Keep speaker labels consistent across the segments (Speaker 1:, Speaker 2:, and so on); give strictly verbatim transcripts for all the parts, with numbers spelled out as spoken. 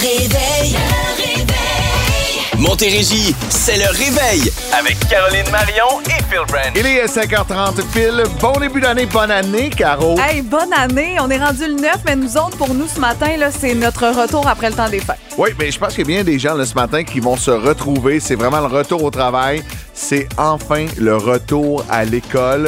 Speaker 1: réveil. Le réveil.
Speaker 2: Montérégie, c'est le réveil avec Caroline Marion et Phil Branch.
Speaker 3: Il est cinq heures trente, Phil. Bon début d'année, bonne année, Caro.
Speaker 4: Hey, bonne année. On est rendu le neuf, mais nous autres, pour nous, ce matin, là, c'est notre retour après le temps des fêtes.
Speaker 3: Oui, mais je pense qu'il y a bien des gens là, ce matin qui vont se retrouver. C'est vraiment le retour au travail. C'est enfin le retour à l'école.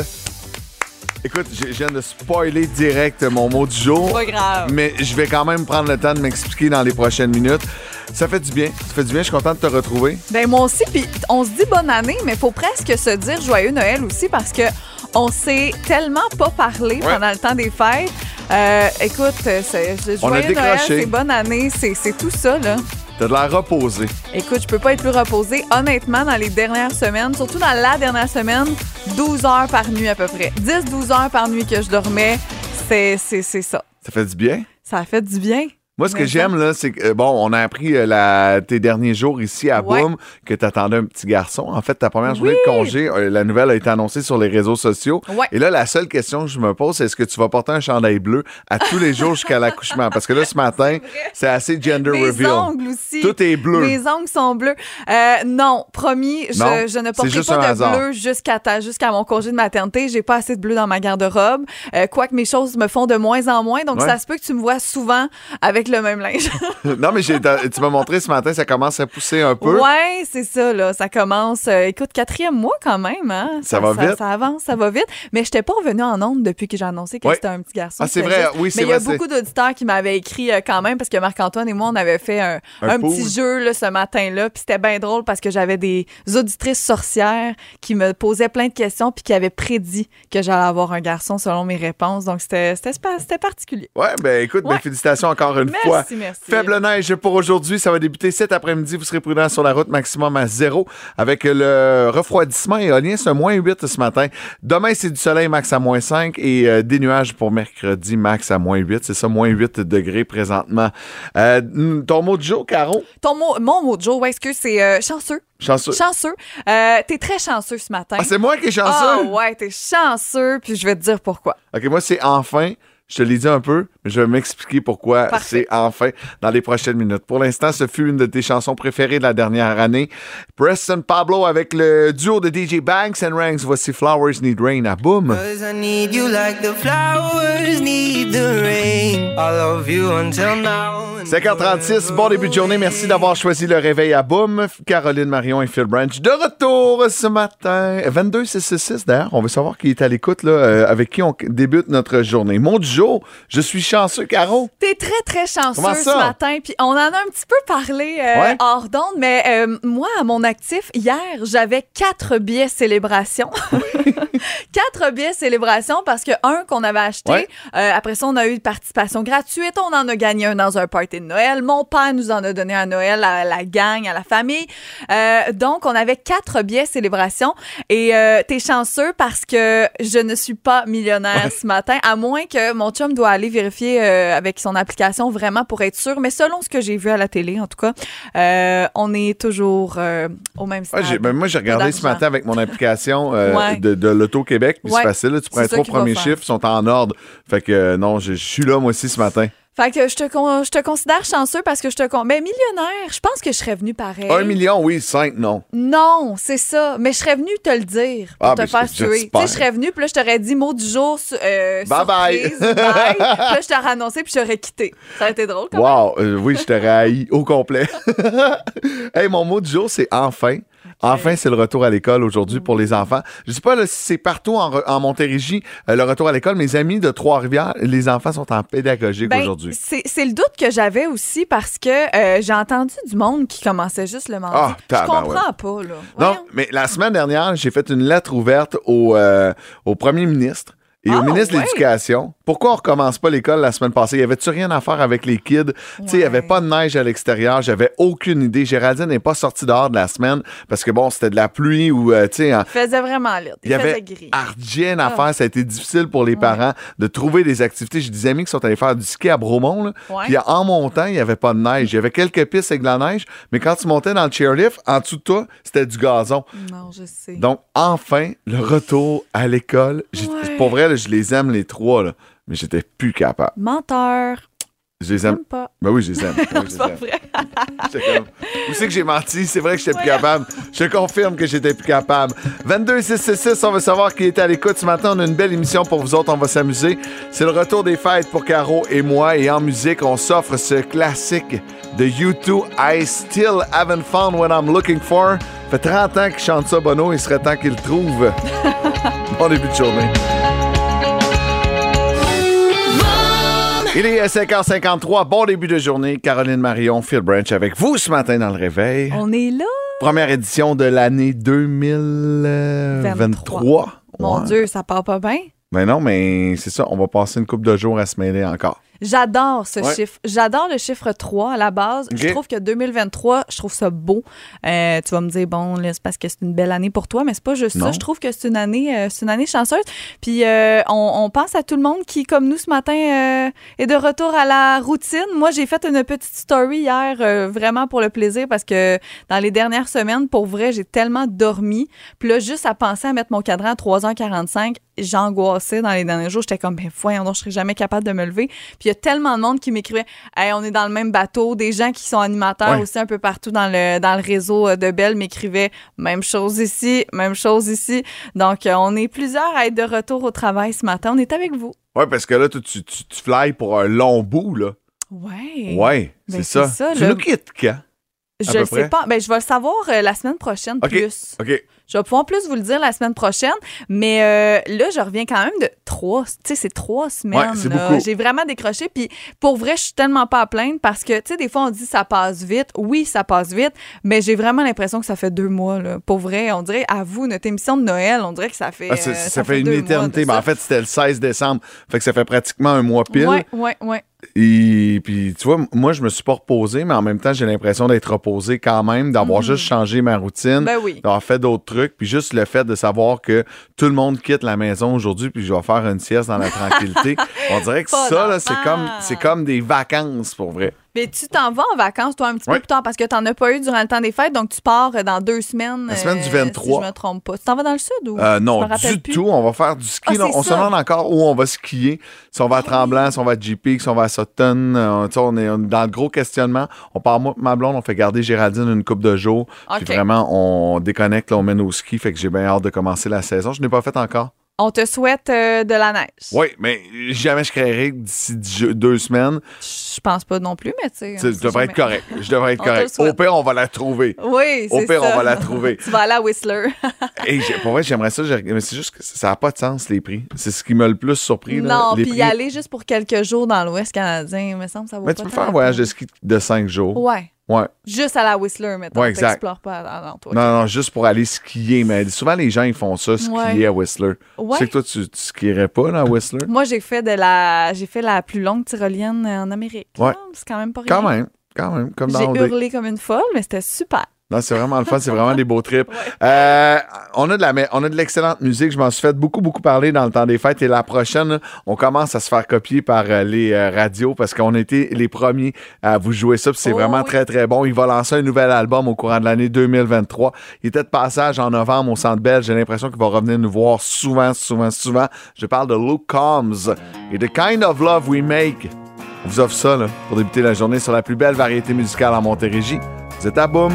Speaker 3: Écoute, je viens de spoiler direct mon mot du jour.
Speaker 4: Pas grave.
Speaker 3: Mais je vais quand même prendre le temps de m'expliquer dans les prochaines minutes. Ça fait du bien. Ça fait du bien. Je suis content de te retrouver.
Speaker 4: Ben moi aussi. Puis on se dit bonne année, mais il faut presque se dire joyeux Noël aussi parce que on s'est tellement pas parlé
Speaker 3: Ouais.
Speaker 4: pendant le temps des fêtes. Euh, écoute, c'est, c'est
Speaker 3: On a
Speaker 4: joyeux Noël,
Speaker 3: décroché.
Speaker 4: c'est bonne année, c'est, c'est tout ça, là.
Speaker 3: T'as de l'air reposé.
Speaker 4: Écoute, je peux pas être plus reposée. Honnêtement, dans les dernières semaines, surtout dans la dernière semaine, douze heures par nuit à peu près. dix douze heures par nuit que je dormais, c'est, c'est, c'est ça.
Speaker 3: Ça fait du bien.
Speaker 4: Ça a fait du bien.
Speaker 3: Moi, ce que
Speaker 4: Mais
Speaker 3: j'aime, là, c'est que, euh, bon, on a appris euh, la, tes derniers jours ici à
Speaker 4: Ouais.
Speaker 3: Boom que t'attendais un petit garçon. En fait, ta première journée
Speaker 4: Oui.
Speaker 3: de congé, euh, la nouvelle a été annoncée sur les réseaux sociaux.
Speaker 4: Ouais.
Speaker 3: Et là, la seule question que je me pose, c'est est-ce que tu vas porter un chandail bleu à tous les jours jusqu'à l'accouchement? Parce que là, ce matin, c'est assez gender
Speaker 4: Mes
Speaker 3: reveal.
Speaker 4: ongles aussi.
Speaker 3: Tout est bleu.
Speaker 4: Mes ongles sont bleus. Euh, non, promis, je,
Speaker 3: Non,
Speaker 4: je ne
Speaker 3: c'est
Speaker 4: porterai
Speaker 3: juste un
Speaker 4: pas de
Speaker 3: hasard.
Speaker 4: bleu jusqu'à, ta, jusqu'à mon congé de maternité. J'ai pas assez de bleu dans ma garde-robe. Euh, quoique mes choses me font de moins en moins. Donc,
Speaker 3: Ouais.
Speaker 4: ça se peut que tu me vois souvent avec le même linge.
Speaker 3: Non, mais j'ai, t'as- tu m'as montré ce matin, ça commence à pousser un peu.
Speaker 4: Ouais, c'est ça, là. Ça commence. euh, écoute, quatrième mois quand même, hein.
Speaker 3: Ça va vite.
Speaker 4: Ça avance, ça va vite. Mais je n'étais pas revenue en ondes depuis que j'ai annoncé que
Speaker 3: Ouais.
Speaker 4: c'était un petit garçon.
Speaker 3: Ah, c'est
Speaker 4: C'était
Speaker 3: vrai.
Speaker 4: juste-
Speaker 3: Oui, c'est
Speaker 4: Mais il y a
Speaker 3: vrai, c'est-
Speaker 4: beaucoup d'auditeurs qui m'avaient écrit euh, quand même parce que Marc-Antoine et moi, on avait fait un,
Speaker 3: Un
Speaker 4: un
Speaker 3: pool.
Speaker 4: petit jeu là, ce matin-là. Puis c'était bien drôle parce que j'avais des auditrices sorcières qui me posaient plein de questions puis qui avaient prédit que j'allais avoir un garçon selon mes réponses. Donc c'était, c'était, spa- c'était particulier.
Speaker 3: Ouais, ben écoute, ben,
Speaker 4: Ouais.
Speaker 3: félicitations encore une
Speaker 4: Merci,
Speaker 3: fois.
Speaker 4: merci.
Speaker 3: Faible neige pour aujourd'hui, ça va débuter cet après-midi. Vous serez prudents sur la route, maximum à zéro. Avec le refroidissement éolien, c'est un moins huit ce matin. Demain, c'est du soleil, max à moins cinq. Et euh, des nuages pour mercredi, max à moins huit. C'est ça, moins huit degrés présentement. Euh, ton mot du jour, Caro?
Speaker 4: Ton mot, mon mot de jour, ouais, excuse, c'est euh, chanceux.
Speaker 3: Chanceux.
Speaker 4: Chanceux. Euh, t'es très chanceux ce matin.
Speaker 3: Ah, c'est moi qui est chanceux?
Speaker 4: Ah ouais, t'es chanceux, puis je vais te dire pourquoi.
Speaker 3: OK, moi, c'est enfin. Je te l'ai dit un peu, mais je vais m'expliquer pourquoi
Speaker 4: Parfait.
Speaker 3: c'est enfin dans les prochaines minutes. Pour l'instant, ce fut une de tes chansons préférées de la dernière année. Preston Pablo avec le duo de D J Banks and Ranks. Voici Flowers Need Rain à Boom.
Speaker 5: Cause I need you like the flowers need the rain. I love you until now.
Speaker 3: cinq heures trente-six, bon début de journée. Merci d'avoir choisi le réveil à Boom. Caroline Marion et Phil Branch de retour ce matin. vingt-deux six six six d'ailleurs. On veut savoir qui est à l'écoute, là, euh, avec qui on débute notre journée. Mon du jour, je suis chanceux, Caro.
Speaker 4: T'es très, très chanceux
Speaker 3: Comment ça?
Speaker 4: ce matin. Puis on en a un petit peu parlé euh,
Speaker 3: Ouais.
Speaker 4: hors d'onde, mais euh, moi, à mon actif, hier, j'avais quatre billets célébration. Quatre billets célébration parce que un qu'on avait acheté,
Speaker 3: Ouais.
Speaker 4: euh, après ça, on a eu une participation gratuite. On en a gagné un dans un party de Noël. Mon père nous en a donné à Noël à la gang, à la famille. Euh, donc, on avait quatre billets célébration. Et euh, t'es chanceux parce que je ne suis pas millionnaire ce matin, à moins que mon chum doit aller vérifier euh, avec son application vraiment pour être sûr. Mais selon ce que j'ai vu à la télé, en tout cas, euh, on est toujours euh, au même stade.
Speaker 3: Ouais, j'ai- ben, moi, j'ai regardé ce
Speaker 4: d'argent.
Speaker 3: matin avec mon application euh,
Speaker 4: Ouais.
Speaker 3: de, de l'Auto-Québec. Puis
Speaker 4: Ouais.
Speaker 3: c'est facile, là, tu prends les
Speaker 4: C'est ça
Speaker 3: trois
Speaker 4: qu'il va
Speaker 3: premiers
Speaker 4: faire.
Speaker 3: chiffres, ils sont en ordre. Fait que euh, non, je je suis là, moi aussi, ce matin.
Speaker 4: Fait que je te, con- je te considère chanceux parce que je te... Con- mais millionnaire, je pense que je serais venue pareil.
Speaker 3: Un million, oui, cinq, non.
Speaker 4: Non, c'est ça. Mais je serais venue te le dire pour
Speaker 3: Ah,
Speaker 4: te
Speaker 3: ben,
Speaker 4: faire
Speaker 3: j'espère.
Speaker 4: tuer. Tu sais, je serais venue, puis là, je t'aurais dit mot du jour, su- euh,
Speaker 3: Bye bye.
Speaker 4: surprise, bye. Puis là, je t'aurais annoncé, puis j'aurais quitté. Ça aurait été drôle, quand même.
Speaker 3: Wow, euh, oui, je t'aurais haï au complet. Hey, mon mot du jour, c'est enfin. Enfin, c'est le retour à l'école aujourd'hui pour les enfants. Je sais pas là, si c'est partout en, re- en Montérégie, euh, le retour à l'école. Mes amis de Trois-Rivières, les enfants sont en pédagogique
Speaker 4: Ben,
Speaker 3: aujourd'hui.
Speaker 4: c'est c'est le doute que j'avais aussi parce que euh, j'ai entendu du monde qui commençait juste le mardi.
Speaker 3: Ah,
Speaker 4: je
Speaker 3: tabarouette.
Speaker 4: comprends pas, là.
Speaker 3: Non,
Speaker 4: Voyons.
Speaker 3: mais la semaine dernière, j'ai fait une lettre ouverte au, euh, au premier ministre et
Speaker 4: Ah,
Speaker 3: au ministre de
Speaker 4: ouais.
Speaker 3: l'Éducation. Pourquoi on recommence pas l'école la semaine passée? Y avait-tu rien à faire avec les kids? Tu sais, il y avait pas de neige à l'extérieur. J'avais aucune idée. Géraldine n'est pas sortie dehors de la semaine parce que, bon, c'était de la pluie ou, euh, tu sais, en-
Speaker 4: Il faisait vraiment lit.
Speaker 3: il
Speaker 4: Il,
Speaker 3: y
Speaker 4: faisait
Speaker 3: avait
Speaker 4: gris.
Speaker 3: ardienne à
Speaker 4: Ah.
Speaker 3: faire. Ça a été difficile pour les parents de trouver des activités. J'ai des amis qui sont allés faire du ski à Bromont. Là.
Speaker 4: Ouais.
Speaker 3: Puis en montant, il n'y avait pas de neige. Il y avait quelques pistes avec de la neige, mais quand tu montais dans le chairlift, en dessous de toi, c'était du gazon.
Speaker 4: Non, je sais.
Speaker 3: Donc, enfin, le retour à l'école. J'ai-
Speaker 4: Ouais.
Speaker 3: Pour vrai, là, je les aime les trois, là, mais j'étais plus capable.
Speaker 4: Menteur.
Speaker 3: Je les aime.
Speaker 4: Même pas.
Speaker 3: Ben oui, je les aime. Ben oui, je
Speaker 4: C'est
Speaker 3: les
Speaker 4: pas
Speaker 3: aime.
Speaker 4: vrai.
Speaker 3: J'étais comme, où c'est que j'ai menti? C'est vrai que j'étais plus capable. Je te confirme que j'étais plus capable. vingt-deux six six six, on veut savoir qui est à l'écoute. Ce matin, on a une belle émission pour vous autres. On va s'amuser. C'est le retour des fêtes pour Caro et moi. Et en musique, on s'offre ce classique de U deux, I Still Haven't Found What I'm Looking For. Ça fait trente ans qu'il chante ça, Bono. Il serait temps qu'il le trouve. Bon début de journée. Il est cinq heures cinquante-trois, bon début de journée. Caroline Marion, Phil Branch avec vous ce matin dans le réveil.
Speaker 4: On est là.
Speaker 3: Première édition de l'année deux mille vingt-trois.
Speaker 4: Mon
Speaker 3: Ouais.
Speaker 4: Dieu, ça part pas bien.
Speaker 3: Ben non, mais c'est ça, on va passer une couple de jours à se mêler encore.
Speaker 4: J'adore ce
Speaker 3: Ouais.
Speaker 4: chiffre. J'adore le chiffre trois à la base.
Speaker 3: Ok.
Speaker 4: Je trouve que deux mille vingt-trois, je trouve ça beau. Euh, tu vas me dire, bon, là, c'est parce que c'est une belle année pour toi, mais c'est pas juste
Speaker 3: Non.
Speaker 4: ça. Je trouve que c'est une année, euh, c'est une année chanceuse. Puis euh, on, on pense à tout le monde qui, comme nous ce matin, euh, est de retour à la routine. Moi, j'ai fait une petite story hier, euh, vraiment pour le plaisir, parce que dans les dernières semaines, pour vrai, j'ai tellement dormi. Puis là, juste à penser à mettre mon cadran à trois heures quarante-cinq, j'angoissais dans les derniers jours. J'étais comme, ben voyons donc, je serais jamais capable de me lever. Puis il y a tellement de monde qui m'écrivait, hey, on est dans le même bateau. Des gens qui sont animateurs
Speaker 3: Ouais.
Speaker 4: aussi un peu partout dans le, dans le réseau de Belle m'écrivaient, même chose ici, même chose ici. Donc, euh, on est plusieurs à être de retour au travail ce matin. On est avec vous.
Speaker 3: Ouais, parce que là, tu, tu, tu, tu fly pour un long bout, là.
Speaker 4: Ouais.
Speaker 3: Ouais,
Speaker 4: Ben,
Speaker 3: c'est ça.
Speaker 4: c'est ça,
Speaker 3: Tu
Speaker 4: le-
Speaker 3: nous quittes quand?
Speaker 4: Je
Speaker 3: peu
Speaker 4: le sais
Speaker 3: près?
Speaker 4: pas. Ben, je vais le savoir euh, la semaine prochaine
Speaker 3: OK.
Speaker 4: plus.
Speaker 3: OK.
Speaker 4: Je vais pouvoir plus vous le dire la semaine prochaine, mais euh, là, je reviens quand même de trois, tu sais, c'est trois semaines.
Speaker 3: Ouais, c'est
Speaker 4: là.
Speaker 3: beaucoup.
Speaker 4: J'ai vraiment décroché, puis pour vrai, je suis tellement pas à plaindre parce que, tu sais, des fois, on dit ça passe vite. Oui, ça passe vite, mais j'ai vraiment l'impression que ça fait deux mois, là. Pour vrai, on dirait, à vous, notre émission de Noël, on dirait que ça fait
Speaker 3: Ah, c'est-
Speaker 4: euh,
Speaker 3: ça,
Speaker 4: ça
Speaker 3: fait une
Speaker 4: deux
Speaker 3: éternité.
Speaker 4: mois
Speaker 3: Mais
Speaker 4: de
Speaker 3: en fait, c'était le seize décembre. Fait que ça fait pratiquement un mois pile.
Speaker 4: ça. Ouais, ouais, ouais.
Speaker 3: Et puis, tu vois, moi, je me suis pas reposé, mais en même temps, j'ai l'impression d'être reposé quand même, d'avoir juste changé ma routine,
Speaker 4: Ben oui.
Speaker 3: d'avoir fait d'autres trucs, puis juste le fait de savoir que tout le monde quitte la maison aujourd'hui, puis je vais faire une sieste dans la tranquillité. On dirait que
Speaker 4: Pas
Speaker 3: ça, là, c'est
Speaker 4: d'enfant.
Speaker 3: comme, c'est comme des vacances, pour vrai.
Speaker 4: Mais tu t'en vas en vacances, toi, un petit
Speaker 3: Ouais.
Speaker 4: peu plus tard, parce que t'en as pas eu durant le temps des fêtes, donc tu pars euh, dans deux semaines.
Speaker 3: La semaine du
Speaker 4: euh,
Speaker 3: vingt-trois.
Speaker 4: Si je me trompe pas. Tu t'en vas dans le sud ou?
Speaker 3: Euh,
Speaker 4: Je
Speaker 3: non,
Speaker 4: me rappelle
Speaker 3: du
Speaker 4: plus.
Speaker 3: tout. On va faire du ski.
Speaker 4: Ah,
Speaker 3: là.
Speaker 4: c'est
Speaker 3: On se
Speaker 4: ça.
Speaker 3: demande encore où on va skier. Si on va à Tremblant, si on va à J P, si on va à Sutton. Euh, tu sais, on est on est dans le gros questionnement. On part, moi, ma blonde, on fait garder Géraldine une couple de jours.
Speaker 4: OK.
Speaker 3: Puis vraiment, on déconnecte, là, on mène au ski. Fait que j'ai bien hâte de commencer la saison. Je n'ai pas fait encore.
Speaker 4: On te souhaite euh, de la neige.
Speaker 3: Oui, mais jamais je créerai d'ici dix- deux semaines.
Speaker 4: Je pense pas non plus, mais tu sais.
Speaker 3: Tu
Speaker 4: on
Speaker 3: je
Speaker 4: sait
Speaker 3: devrais
Speaker 4: jamais.
Speaker 3: être correct. Je devrais être
Speaker 4: On te le
Speaker 3: correct. Au
Speaker 4: souhaite.
Speaker 3: pire, on va la trouver.
Speaker 4: Oui,
Speaker 3: Au
Speaker 4: c'est
Speaker 3: pire,
Speaker 4: ça.
Speaker 3: on va la trouver.
Speaker 4: Tu vas aller à Whistler.
Speaker 3: Et j'ai- pour vrai, j'aimerais ça, j'ai- mais c'est juste que ça n'a pas de sens, les prix. C'est ce qui m'a le plus surpris. là.
Speaker 4: non,
Speaker 3: Les
Speaker 4: puis
Speaker 3: prix-
Speaker 4: y aller juste pour quelques jours dans l'Ouest canadien, il me semble que ça vaut
Speaker 3: Mais
Speaker 4: pas
Speaker 3: tu peux
Speaker 4: tant
Speaker 3: faire un
Speaker 4: la
Speaker 3: voyage
Speaker 4: peine.
Speaker 3: de ski de cinq jours.
Speaker 4: Ouais.
Speaker 3: Ouais.
Speaker 4: Juste à la Whistler, mettons.
Speaker 3: Ouais, exact.
Speaker 4: T'explores pas à toi.
Speaker 3: Non, non, juste pour aller skier. Mais souvent, les gens, ils font ça, skier
Speaker 4: Ouais.
Speaker 3: à Whistler.
Speaker 4: Ouais.
Speaker 3: Tu sais que toi, tu, tu skierais pas, là, à Whistler?
Speaker 4: Moi, j'ai fait de la j'ai fait la plus longue tyrolienne en Amérique.
Speaker 3: Ouais.
Speaker 4: là. C'est quand même pas rien.
Speaker 3: Quand même, quand même, comme dans
Speaker 4: J'ai
Speaker 3: O D.
Speaker 4: hurlé comme une folle, mais c'était super.
Speaker 3: Non, c'est vraiment le fun, c'est vraiment des beaux trips. Euh, on a de la, me- on a de l'excellente musique. Je m'en suis fait beaucoup, beaucoup parler dans le temps des fêtes. Et la prochaine, là, on commence à se faire copier par euh, les euh, radios parce qu'on a été les premiers à vous jouer ça. Puis c'est
Speaker 4: Oh
Speaker 3: vraiment
Speaker 4: oui.
Speaker 3: très, très bon. Il va lancer un nouvel album au courant de l'année deux mille vingt-trois. Il était de passage en novembre au Centre Bell. J'ai l'impression qu'il va revenir nous voir souvent, souvent, souvent. Je parle de Luke Combs et The Kind of Love We Make. On vous offre ça là, pour débuter la journée sur la plus belle variété musicale en Montérégie. Vous êtes à Boom.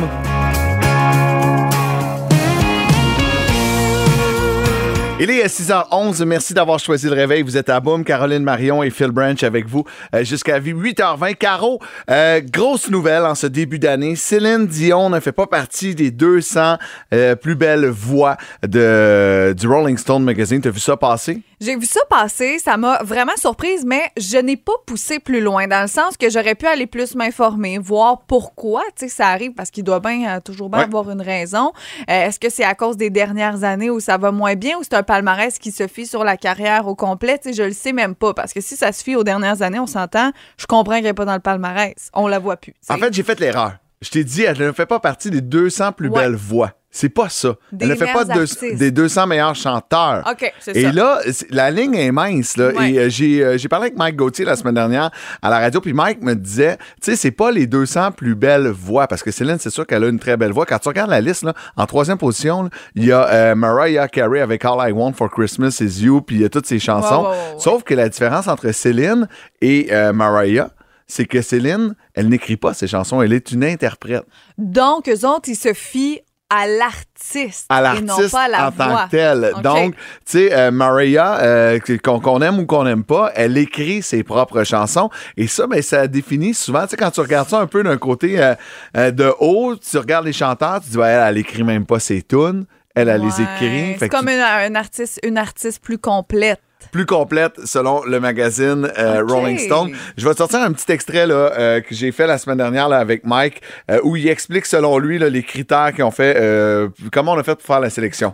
Speaker 3: Il est six heures onze. Merci d'avoir choisi le réveil. Vous êtes à Boom. Caroline Marion et Phil Branch avec vous euh, jusqu'à huit heures vingt. Caro, euh, grosse nouvelle en ce début d'année. Céline Dion ne fait pas partie des deux cents euh, plus belles voix de, du Rolling Stone Magazine. T'as vu ça passer?
Speaker 4: J'ai vu ça passer, ça m'a vraiment surprise, mais je n'ai pas poussé plus loin, dans le sens que j'aurais pu aller plus m'informer, voir pourquoi, tu sais, ça arrive, parce qu'il doit bien, euh, toujours bien
Speaker 3: Ouais.
Speaker 4: avoir une raison. Euh, est-ce que c'est à cause des dernières années où ça va moins bien, ou c'est un palmarès qui se fie sur la carrière au complet? Tu sais, je le sais même pas, parce que si ça se fie aux dernières années, on s'entend, je comprends qu'elle n'est pas dans le palmarès. On la voit plus. tu sais.
Speaker 3: En fait, j'ai fait l'erreur. Je t'ai dit, elle ne fait pas partie des deux cents plus
Speaker 4: Ouais.
Speaker 3: belles voix. C'est pas ça.
Speaker 4: Des
Speaker 3: elle ne fait pas
Speaker 4: meilleurs
Speaker 3: deux-
Speaker 4: artistes.
Speaker 3: des deux cents meilleurs chanteurs.
Speaker 4: OK, c'est
Speaker 3: Et
Speaker 4: ça.
Speaker 3: là, c'est- la ligne est mince. Là,
Speaker 4: Ouais.
Speaker 3: Et euh, j'ai, euh, j'ai parlé avec Mike Gauthier la semaine dernière à la radio, puis Mike me disait, tu sais, c'est pas les deux cents plus belles voix, parce que Céline, c'est sûr qu'elle a une très belle voix. Quand tu regardes la liste, là, en troisième position, là, il y a euh, Mariah Carey avec All I Want for Christmas Is You, puis il y a toutes ses chansons.
Speaker 4: Ouais, ouais, ouais, ouais.
Speaker 3: Sauf que la différence entre Céline et euh, Mariah, c'est que Céline, elle n'écrit pas ses chansons, elle est une interprète.
Speaker 4: Donc, eux autres, ils se fient à l'artiste
Speaker 3: À
Speaker 4: et
Speaker 3: l'artiste
Speaker 4: non pas à la
Speaker 3: en
Speaker 4: voix.
Speaker 3: tant que tel.
Speaker 4: OK.
Speaker 3: Donc, tu sais, euh, Mariah, euh, qu'on, qu'on aime ou qu'on n'aime pas, elle écrit ses propres chansons. Et ça, ben, ça définit souvent, tu sais, quand tu regardes ça un peu d'un côté euh, euh, de haut, tu regardes les chanteurs, tu dis, ouais, elle, elle écrit même pas ses tunes. Elle, elle les
Speaker 4: Ouais.
Speaker 3: écrit. Fait
Speaker 4: C'est
Speaker 3: que
Speaker 4: comme
Speaker 3: tu-
Speaker 4: une, un artiste, une artiste plus complète.
Speaker 3: plus complète selon le magazine euh,
Speaker 4: OK.
Speaker 3: Rolling Stone. Je vais te sortir un petit extrait là, euh, que j'ai fait la semaine dernière là, avec Mike, euh, où il explique selon lui là, les critères qu'ils ont fait, euh, comment on a fait pour faire la sélection.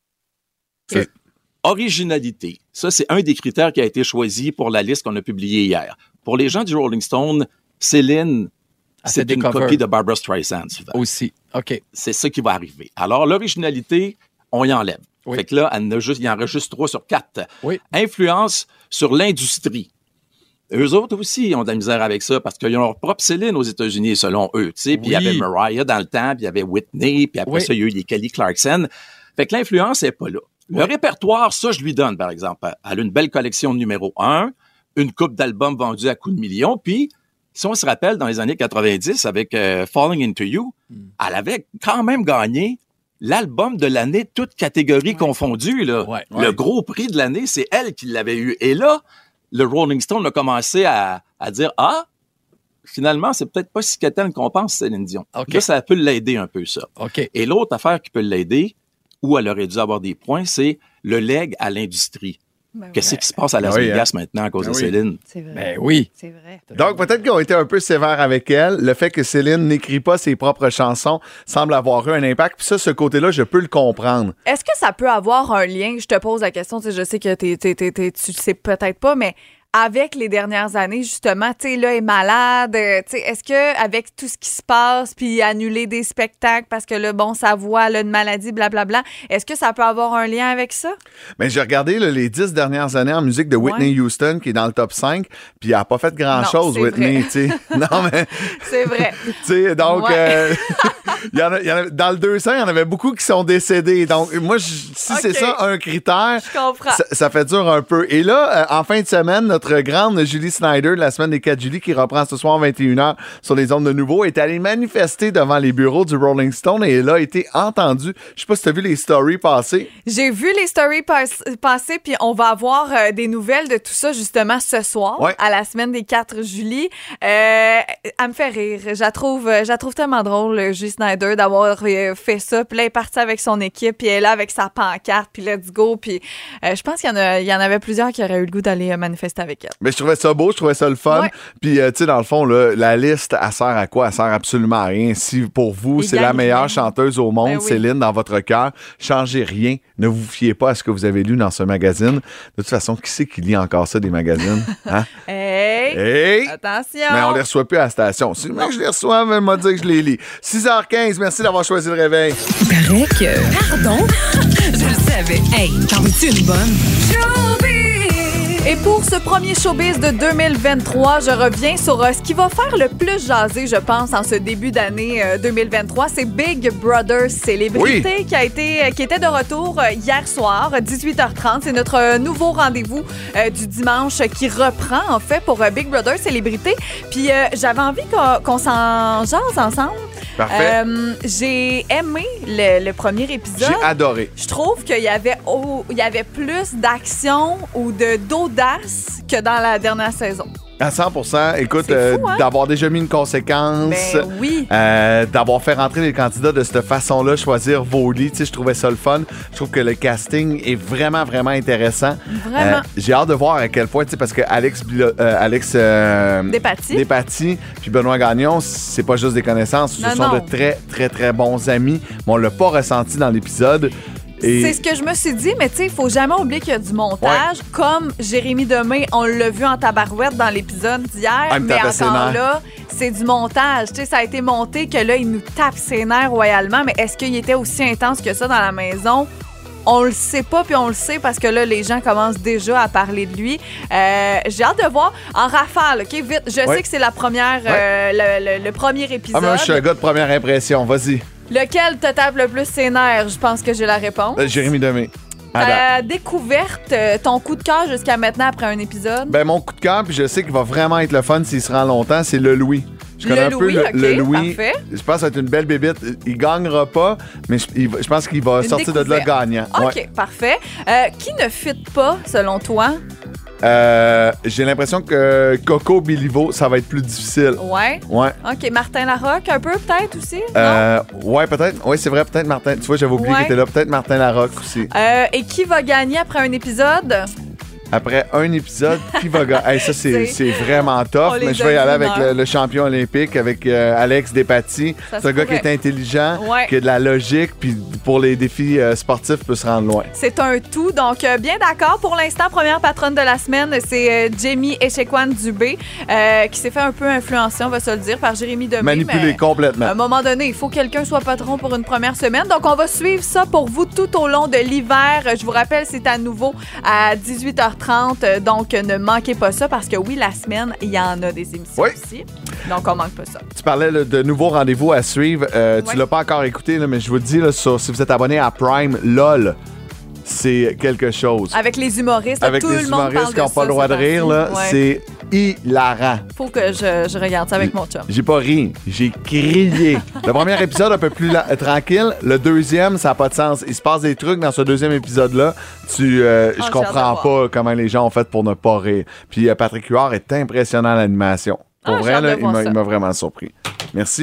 Speaker 6: Euh, originalité. Ça, c'est un des critères qui a été choisi pour la liste qu'on a publiée hier. Pour les gens du Rolling Stone, Céline,
Speaker 7: Elle fait
Speaker 6: c'est
Speaker 7: des
Speaker 6: une
Speaker 7: covers.
Speaker 6: copie de Barbra Streisand, souvent.
Speaker 7: Aussi. OK.
Speaker 6: C'est ça qui va arriver. Alors, l'originalité, on y enlève.
Speaker 7: Oui.
Speaker 6: Fait que là, elle en a juste, il en reste juste trois sur quatre.
Speaker 7: Oui.
Speaker 6: Influence sur l'industrie. Eux autres aussi ont de la misère avec ça parce qu'ils ont leur propre Céline aux États-Unis, selon eux. Tu sais, puis il y
Speaker 7: Oui.
Speaker 6: avait Mariah dans le temps, puis il y avait Whitney, puis après
Speaker 7: Oui.
Speaker 6: ça, il y a eu les Kelly Clarkson. Fait que l'influence n'est pas là. Le répertoire, ça, je lui donne, par exemple. Elle a une belle collection de numéro un, une coupe d'albums vendus à coups de millions, puis si on se rappelle, dans les années quatre-vingt-dix, avec euh, Falling Into You,
Speaker 7: Hmm.
Speaker 6: elle avait quand même gagné l'album de l'année, toutes catégories confondues. Là.
Speaker 7: Ouais.
Speaker 6: Le
Speaker 3: Ouais.
Speaker 6: gros prix de l'année, c'est elle qui l'avait eu. Et là, le Rolling Stone a commencé à, à dire « Ah, finalement, c'est peut-être pas si quétaine qu'on pense, Céline Dion.
Speaker 7: OK.
Speaker 6: Là, ça peut l'aider un peu, ça.
Speaker 7: OK.
Speaker 6: Et l'autre affaire qui peut l'aider, où elle aurait dû avoir des points, c'est le leg à l'industrie.
Speaker 4: Ben
Speaker 6: Qu'est-ce
Speaker 4: ouais.
Speaker 6: qui se passe à Las
Speaker 3: Ah oui,
Speaker 6: Vegas maintenant à cause
Speaker 3: Ah
Speaker 6: de
Speaker 3: oui.
Speaker 6: Céline?
Speaker 4: C'est vrai.
Speaker 7: Ben oui.
Speaker 4: C'est vrai.
Speaker 3: Donc, peut-être qu'ils ont été un peu sévères avec elle. Le fait que Céline n'écrit pas ses propres chansons semble avoir eu un impact. Puis ça, ce côté-là, je peux le comprendre.
Speaker 4: Est-ce que ça peut avoir un lien? Je te pose la question, tu sais, je sais que t'es, t'es, t'es, t'es- tu sais peut-être pas, mais avec les dernières années, justement, tu sais, là, elle est malade, euh, tu sais, est-ce que avec tout ce qui se passe, puis annuler des spectacles parce que là, bon, sa voix, elle a une maladie, blablabla, est-ce que ça peut avoir un lien avec ça?
Speaker 3: Mais j'ai regardé là, les dix dernières années en musique de Whitney
Speaker 4: Ouais.
Speaker 3: Houston, qui est dans le top cinq, puis elle n'a pas fait grand-chose,
Speaker 4: Non, c'est
Speaker 3: Whitney,
Speaker 4: vrai.
Speaker 3: tu sais. Non, mais,
Speaker 4: C'est vrai.
Speaker 3: tu sais, donc,
Speaker 4: Ouais.
Speaker 3: euh, il y en a, il y en a- dans le deux cents, il y en avait beaucoup qui sont décédés. Donc, moi, je- si c'est
Speaker 4: Ok.
Speaker 3: ça un critère,
Speaker 4: Je comprends.
Speaker 3: ça, ça fait dur un peu. Et là, euh, en fin de semaine, notre grande Julie Snyder, de la semaine des quatre juillet, qui reprend ce soir vingt et une heures sur les ondes de Nouveau, est allée manifester devant les bureaux du Rolling Stone et elle a été entendue. Je sais pas si tu as vu les stories passer.
Speaker 4: J'ai vu les stories pas- passer, puis on va avoir euh, des nouvelles de tout ça justement ce soir,
Speaker 3: Ouais.
Speaker 4: à la semaine des quatre juillet. Euh, elle me fait rire. Je la trouve, je la trouve tellement drôle, euh, Julie Snyder, d'avoir euh, fait ça. Puis là, elle est partie avec son équipe, puis elle est là avec sa pancarte, puis let's go. Puis euh, je pense qu'il y en a, il y en avait plusieurs qui auraient eu le goût d'aller euh, manifester avec elle.
Speaker 3: Mais je trouvais ça beau, je trouvais ça le fun.
Speaker 4: Ouais.
Speaker 3: Puis, euh, tu sais, dans le fond, là, la liste, elle sert à quoi? Elle sert absolument à rien. Si pour vous,
Speaker 4: Il
Speaker 3: c'est la
Speaker 4: gagne
Speaker 3: meilleure
Speaker 4: rien.
Speaker 3: chanteuse au monde,
Speaker 4: Ben oui.
Speaker 3: Céline, dans votre cœur, changez rien. Ne vous fiez pas à ce que vous avez lu dans ce magazine. De toute façon, qui c'est qui lit encore ça, des magazines? Hein?
Speaker 4: Hey!
Speaker 3: Hey!
Speaker 4: Attention!
Speaker 3: Mais on les reçoit plus à la station. Si moi je les reçois, elle m'a dit que je les lis. six heures quinze, merci d'avoir choisi le réveil.
Speaker 1: Paraît que... Pardon? Je le savais. Hey, t'en veux-tu une bonne?
Speaker 4: Et pour ce premier showbiz de deux mille vingt-trois, je reviens sur euh, ce qui va faire le plus jaser, je pense, en ce début d'année euh, deux mille vingt-trois. C'est Big Brother Célébrité qui a été, euh, qui était de retour euh, hier soir, dix-huit heures trente. C'est notre euh, nouveau rendez-vous euh, du dimanche euh, qui reprend, en fait, pour euh, Big Brother Célébrité. Puis euh, j'avais envie qu'on, qu'on s'en jase ensemble.
Speaker 3: Parfait.
Speaker 4: Euh, j'ai aimé le, le premier épisode.
Speaker 3: J'ai adoré.
Speaker 4: Je trouve qu'il y avait, au- il y avait plus d'action ou de, d'audace que dans la dernière saison.
Speaker 3: À cent pour cent. Écoute,
Speaker 4: C'est
Speaker 3: euh,
Speaker 4: fou, hein?
Speaker 3: d'avoir déjà mis une conséquence.
Speaker 4: Ben oui.
Speaker 3: Euh, d'avoir fait rentrer les candidats de cette façon-là, choisir vos lits, tu sais, je trouvais ça le fun. Je trouve que le casting est vraiment, vraiment intéressant.
Speaker 4: Vraiment.
Speaker 3: Euh, j'ai hâte de voir à quel point, tu sais, parce que Alex, Bilo- euh, Alex euh,
Speaker 4: Despatie.
Speaker 3: Despatie puis Benoît Gagnon, c'est pas juste des connaissances, ce
Speaker 4: Non,
Speaker 3: sont
Speaker 4: non.
Speaker 3: de très, très, très bons amis. Mais on l'a pas ressenti dans l'épisode. Et
Speaker 4: C'est ce que je me suis dit, mais tu sais, il faut jamais oublier qu'il y a du montage. Comme Jérémy Demé, on l'a vu en tabarouette dans l'épisode d'hier,
Speaker 3: Ah, il me
Speaker 4: mais
Speaker 3: tapait ses
Speaker 4: encore
Speaker 3: nerfs.
Speaker 4: là, c'est du montage. Tu sais, ça a été monté que là, il nous tape ses nerfs royalement, mais est-ce qu'il était aussi intense que ça dans la maison? On le sait pas, puis on le sait parce que là, les gens commencent déjà à parler de lui. Euh, j'ai hâte de voir en rafale, OK? Vite, je
Speaker 3: Ouais.
Speaker 4: sais que c'est la première, euh, le, le- le premier
Speaker 3: Ah,
Speaker 4: épisode.
Speaker 3: mais moi, je suis un gars de première impression. Vas-y.
Speaker 4: Lequel te tape le plus ses nerfs? Je pense que j'ai la réponse.
Speaker 3: Euh, Jérémy Demé.
Speaker 4: Ta découverte, euh, ton coup de cœur jusqu'à maintenant après un épisode?
Speaker 3: Ben, mon coup de cœur, puis je sais qu'il va vraiment être le fun s'il se rend longtemps, c'est le Louis. Je
Speaker 4: Le
Speaker 3: connais un
Speaker 4: Louis,
Speaker 3: peu le,
Speaker 4: ok,
Speaker 3: le Louis.
Speaker 4: parfait.
Speaker 3: Je pense que ça va être une belle bébite. Il gagnera pas, mais je, il va- je pense qu'il va
Speaker 4: Une
Speaker 3: sortir de là
Speaker 4: découverte.
Speaker 3: gagnant.
Speaker 4: OK,
Speaker 3: Ouais.
Speaker 4: parfait. Euh, qui ne fit pas, selon toi?
Speaker 3: Euh, J'ai l'impression que Coco Bilivo, ça va être plus difficile.
Speaker 4: Ouais.
Speaker 3: Ouais.
Speaker 4: OK, Martin Larocque, un peu peut-être aussi? Non?
Speaker 3: Euh, ouais, peut-être. Oui, c'est vrai, peut-être Martin. Tu vois, j'avais oublié
Speaker 4: Ouais.
Speaker 3: qu'il était là. Peut-être Martin Larocque aussi.
Speaker 4: Euh, et qui va gagner après un épisode?
Speaker 3: Après un épisode, qui va gagner? Hey, ça, c'est
Speaker 4: C'est-
Speaker 3: c'est vraiment
Speaker 4: On
Speaker 3: tough,
Speaker 4: les
Speaker 3: mais je vais y
Speaker 4: a
Speaker 3: aller
Speaker 4: vus
Speaker 3: avec
Speaker 4: une
Speaker 3: le, le champion olympique, avec euh, Alex Despatie.
Speaker 4: Ça
Speaker 3: C'est un
Speaker 4: se
Speaker 3: gars qui
Speaker 4: pourrait.
Speaker 3: est intelligent,
Speaker 4: Ouais.
Speaker 3: qui a de la logique, puis pour les défis euh, sportifs, peut se rendre loin.
Speaker 4: C'est un tout. Donc, euh, bien d'accord. Pour l'instant, première patronne de la semaine, c'est euh, Jamie Echequan Dubé, euh, qui s'est fait un peu influencer, on va se le dire, par Jérémy Demé.
Speaker 3: Manipulé
Speaker 4: mais
Speaker 3: complètement.
Speaker 4: À un moment donné, il faut que quelqu'un soit patron pour une première semaine. Donc, on va suivre ça pour vous tout au long de l'hiver. Je vous rappelle, c'est à nouveau à dix-huit heures trente. Donc, ne manquez pas ça parce que oui, la semaine, il y en a des émissions
Speaker 3: Oui.
Speaker 4: aussi. Donc, on manque pas ça.
Speaker 3: Tu parlais là, de nouveaux rendez-vous à suivre. Euh,
Speaker 4: Ouais.
Speaker 3: Tu l'as pas encore écouté, là, mais je vous le dis, là, sur- si vous êtes abonné à Prime, LOL, c'est quelque chose.
Speaker 4: Avec les humoristes,
Speaker 3: Avec
Speaker 4: tout
Speaker 3: les
Speaker 4: le monde parle
Speaker 3: humoristes qui n'ont
Speaker 4: de
Speaker 3: pas
Speaker 4: ça,
Speaker 3: le droit de
Speaker 4: ce
Speaker 3: rire,
Speaker 4: temps-ci.
Speaker 3: là,
Speaker 4: Ouais.
Speaker 3: c'est hilarant.
Speaker 4: Faut que je, je regarde ça avec mon chum.
Speaker 3: J'ai pas ri, j'ai crié. Le premier épisode un peu plus la- tranquille, le deuxième, ça n'a pas de sens. Il se passe des trucs dans ce deuxième épisode-là. Tu, euh,
Speaker 4: Ah,
Speaker 3: je
Speaker 4: j'ai
Speaker 3: comprends
Speaker 4: hâte de voir.
Speaker 3: pas comment les gens ont fait pour ne pas rire. Puis euh, Patrick Huard est impressionnant à l'animation. Pour
Speaker 4: Ah, j'ai
Speaker 3: vrai,
Speaker 4: hâte
Speaker 3: là,
Speaker 4: de
Speaker 3: il
Speaker 4: voir
Speaker 3: m'a-
Speaker 4: ça.
Speaker 3: il m'a vraiment surpris. Merci.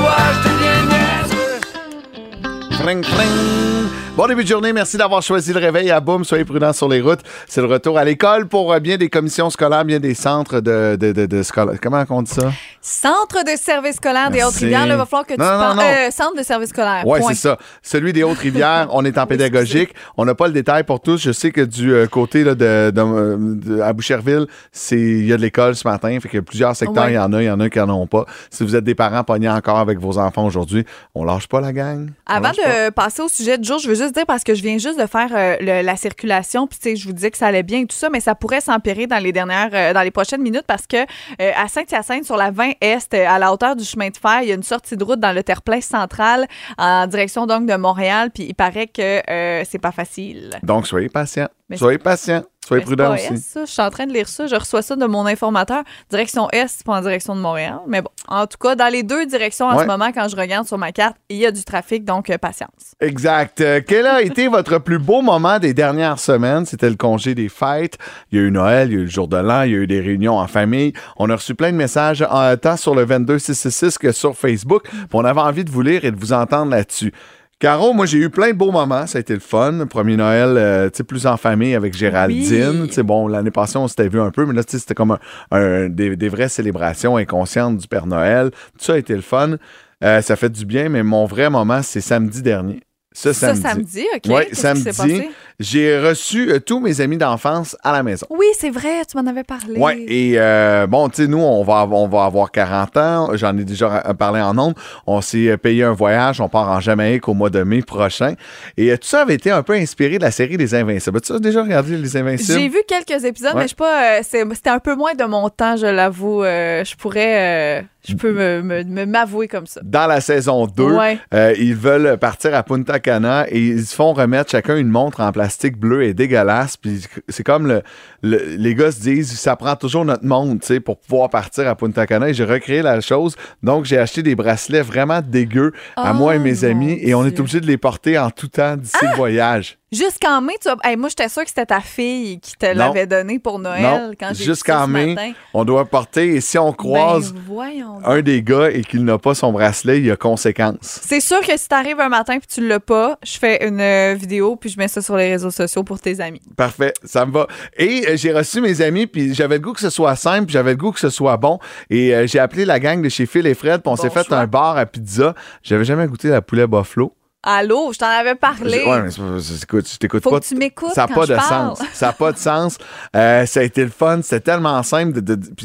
Speaker 3: Fling, fling. Bon début de journée, merci d'avoir choisi le réveil à Boum. Soyez prudents sur les routes. C'est le retour à l'école pour euh, bien des commissions scolaires, bien des centres de, de, de, de scolaires. Comment on dit ça?
Speaker 4: Centre de service scolaire des
Speaker 3: Merci.
Speaker 4: Hautes-Rivières. Là, il va falloir que tu
Speaker 3: Non, non,
Speaker 4: penses.
Speaker 3: non.
Speaker 4: Euh, centre de service scolaire.
Speaker 3: Oui,
Speaker 4: point.
Speaker 3: c'est ça. Celui des Hautes-Rivières, on est en pédagogique. On n'a pas le détail pour tous. Je sais que du euh, côté là, de, de, euh, de- à Boucherville, c'est il y a de l'école ce matin. Fait que plusieurs secteurs, il
Speaker 4: Ouais.
Speaker 3: y en a, il y en a qui n'en ont pas. Si vous êtes des parents pognés encore avec vos enfants aujourd'hui, on lâche pas la gang. On
Speaker 4: Avant
Speaker 3: lâche pas.
Speaker 4: de passer au sujet du jour, je veux juste dire, parce que je viens juste de faire euh, le- la circulation, puis tu sais, je vous disais que ça allait bien et tout ça, mais ça pourrait s'empirer dans les dernières, euh, dans les prochaines minutes parce que euh, à Saint-Hyacinthe, sur la vingt Est, euh, à la hauteur du chemin de fer, il y a une sortie de route dans le terre-plein central en direction donc de Montréal, puis il paraît que euh, c'est pas facile.
Speaker 3: Donc, soyez patients.
Speaker 4: Mais
Speaker 3: Soyez patients. Soyez
Speaker 4: Mais c'est
Speaker 3: prudents
Speaker 4: pas
Speaker 3: aussi.
Speaker 4: Est, ça. Je suis en train de lire ça. Je reçois ça de mon informateur. Direction Est, pas en direction de Montréal. Mais bon, en tout cas, dans les deux directions en
Speaker 3: Ouais.
Speaker 4: ce moment, quand je regarde sur ma carte, il y a du trafic, donc euh, patience.
Speaker 3: Exact. Euh, quel a été votre plus beau moment des dernières semaines? C'était le congé des fêtes. Il y a eu Noël, il y a eu le jour de l'an, il y a eu des réunions en famille. On a reçu plein de messages en tant sur le vingt-deux six cent soixante-six que sur Facebook. Puis on avait envie de vous lire et de vous entendre là-dessus. Caro, moi, j'ai eu plein de beaux moments. Ça a été le fun. Premier Noël, euh, tu sais, plus en famille avec Géraldine.
Speaker 4: Oui.
Speaker 3: Tu sais, bon, l'année passée, on s'était vu un peu, mais là, tu sais, c'était comme un, un- des, des vraies célébrations inconscientes du Père Noël. Tout ça a été le fun. Euh, ça fait du bien, mais mon vrai moment, c'est samedi dernier. Ce
Speaker 4: Ça,
Speaker 3: samedi.
Speaker 4: samedi, OK.
Speaker 3: Oui,
Speaker 4: Qu'est-ce qui s'est
Speaker 3: samedi,
Speaker 4: passé?
Speaker 3: j'ai reçu euh, tous mes amis d'enfance à la maison.
Speaker 4: Oui, c'est vrai, tu m'en avais parlé.
Speaker 3: Oui, et euh, bon, tu sais, nous, on va, av- on va avoir quarante ans. J'en ai déjà ra- parlé en ondes. On s'est euh, payé un voyage. On part en Jamaïque au mois de mai prochain. Et euh, tout ça avait été un peu inspiré de la série Les Invincibles. Tu as déjà regardé Les Invincibles?
Speaker 4: J'ai vu quelques épisodes,
Speaker 3: Ouais.
Speaker 4: mais je sais pas, euh, c'est- c'était un peu moins de mon temps, je l'avoue. Euh, je pourrais, euh, je peux me, me- me- m'avouer comme ça.
Speaker 3: Dans la saison deux,
Speaker 4: Ouais.
Speaker 3: euh, ils veulent partir à Punta Cana et ils se font remettre chacun une montre en plastique bleu et dégueulasse. Puis c'est comme le, le- les gars se disent, ça prend toujours notre montre, tu sais, pour pouvoir partir à Punta Cana. Et j'ai recréé la chose. Donc j'ai acheté des bracelets vraiment dégueux à
Speaker 4: Oh,
Speaker 3: moi et mes
Speaker 4: mon
Speaker 3: amis et on est
Speaker 4: Dieu.
Speaker 3: obligé de les porter en tout temps d'ici le voyage.
Speaker 4: Jusqu'en mai, tu vas... Hey, moi, j'étais sûre que c'était ta fille qui te l'avait donné pour Noël
Speaker 3: Non,
Speaker 4: quand j'ai
Speaker 3: jusqu'en
Speaker 4: vu ça ce
Speaker 3: mai,
Speaker 4: matin.
Speaker 3: on doit porter et si on croise
Speaker 4: Ben, voyons donc.
Speaker 3: un des gars et qu'il n'a pas son bracelet, il y a conséquence.
Speaker 4: C'est sûr que si t'arrives un matin puis tu l'as pas, je fais une euh, vidéo puis je mets ça sur les réseaux sociaux pour tes amis.
Speaker 3: Parfait, ça me va. Et euh, j'ai reçu mes amis, puis j'avais le goût que ce soit simple, puis j'avais le goût que ce soit bon. Et euh, j'ai appelé la gang de chez Phil et Fred, puis on
Speaker 4: Bon
Speaker 3: s'est fait
Speaker 4: choix.
Speaker 3: un bar à pizza. J'avais jamais goûté la poulet buffalo.
Speaker 4: Allô, je t'en avais parlé.
Speaker 3: Ouais, mais c'est pas- c'est- écoute, je t'écoute
Speaker 4: Faut
Speaker 3: pas.
Speaker 4: que tu m'écoutes
Speaker 3: Ça n'a
Speaker 4: quand
Speaker 3: pas
Speaker 4: je
Speaker 3: de
Speaker 4: parle.
Speaker 3: sens. Ça n'a pas de sens. Euh, ça a été le fun. C'était tellement simple. De, de- de- puis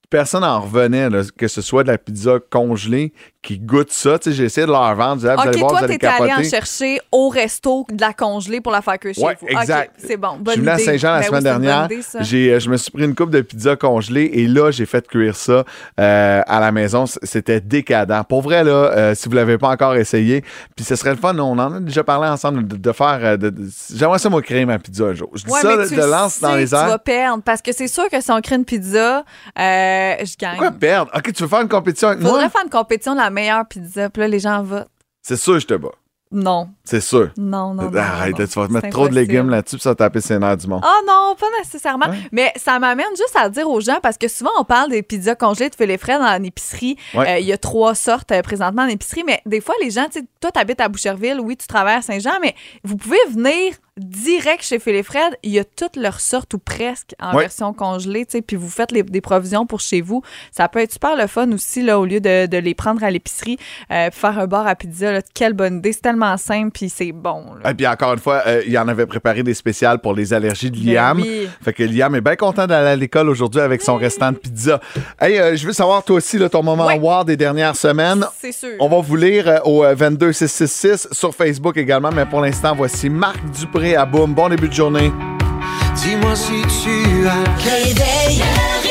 Speaker 3: personne en revenait, là, que ce soit de la pizza congelée qui goûte ça. Tu sais, j'ai essayé de leur vendre. Je disais, ah, vous
Speaker 4: OK,
Speaker 3: allez voir,
Speaker 4: toi,
Speaker 3: vous allez
Speaker 4: t'étais allé
Speaker 3: capoter.
Speaker 4: en chercher au resto de la congelée pour la faire cuire chez
Speaker 3: Ouais,
Speaker 4: vous.
Speaker 3: exact.
Speaker 4: OK, c'est bon. Bonne
Speaker 3: Je suis venu à
Speaker 4: idée.
Speaker 3: Saint-Jean la
Speaker 4: Ben
Speaker 3: semaine
Speaker 4: oui, c'est une
Speaker 3: dernière.
Speaker 4: bonne idée, ça.
Speaker 3: J'ai, je me suis pris une coupe de pizza congelée et là, j'ai fait cuire ça euh, à la maison. C- C'était décadent. Pour vrai, là, euh, si vous ne l'avez pas encore essayé, puis ce serait le fun, on en a déjà parlé ensemble de, de faire... euh, de- de- j'aimerais ça, moi, créer ma pizza un jour. Je dis
Speaker 4: Ouais,
Speaker 3: ça
Speaker 4: mais
Speaker 3: de,
Speaker 4: tu
Speaker 3: de
Speaker 4: le
Speaker 3: lance dans
Speaker 4: sais
Speaker 3: les
Speaker 4: que tu
Speaker 3: airs.
Speaker 4: vas perdre parce que c'est sûr que si on crée une pizza, euh, je gagne.
Speaker 3: Pourquoi perdre? OK, tu veux faire une compétition avec
Speaker 4: Faudrait
Speaker 3: moi?
Speaker 4: faire une compétition de la meilleure pizza. Puis là, les gens votent.
Speaker 3: C'est sûr que je te bats.
Speaker 4: Non.
Speaker 3: C'est sûr.
Speaker 4: Non, non, non.
Speaker 3: Arrête,
Speaker 4: non,
Speaker 3: tu vas te
Speaker 4: c'est
Speaker 3: mettre trop de
Speaker 4: impossible.
Speaker 3: légumes là-dessus puis ça va taper ses nerfs du monde.
Speaker 4: Ah non, pas nécessairement.
Speaker 3: Ouais.
Speaker 4: Mais ça m'amène juste à dire aux gens, parce que souvent on parle des pizzas congelées de filet frais dans l'épicerie. Il
Speaker 3: Ouais.
Speaker 4: euh, y a trois sortes euh, présentement en épicerie, mais des fois les gens, tu sais, toi t'habites à Boucherville, oui, tu travailles à Saint-Jean, mais vous pouvez venir direct chez Filet Fred. Il y a toutes leurs sortes ou presque en
Speaker 3: Ouais.
Speaker 4: version congelée, tu sais, puis vous faites les- des provisions pour chez vous. Ça peut être super le fun aussi, là, au lieu de, de les prendre à l'épicerie, euh, puis faire un bar à pizza. Là, quelle bonne idée. C'est tellement simple, puis c'est bon. Là.
Speaker 3: Et puis encore une fois, euh, il y en avait préparé des spéciales pour les allergies de
Speaker 4: Ben
Speaker 3: Liam.
Speaker 4: oui.
Speaker 3: Fait que Liam est bien content d'aller à l'école aujourd'hui avec son restant de pizza. Hey, euh, je veux savoir toi aussi là, ton moment
Speaker 4: Ouais.
Speaker 3: wow des dernières semaines.
Speaker 4: C'est sûr.
Speaker 3: On va vous lire euh, au euh, vingt-deux six six six sur Facebook également, mais pour l'instant, voici Marc Dupré à Boum. Bon début de journée.
Speaker 5: Dis-moi si tu as
Speaker 1: Réveil,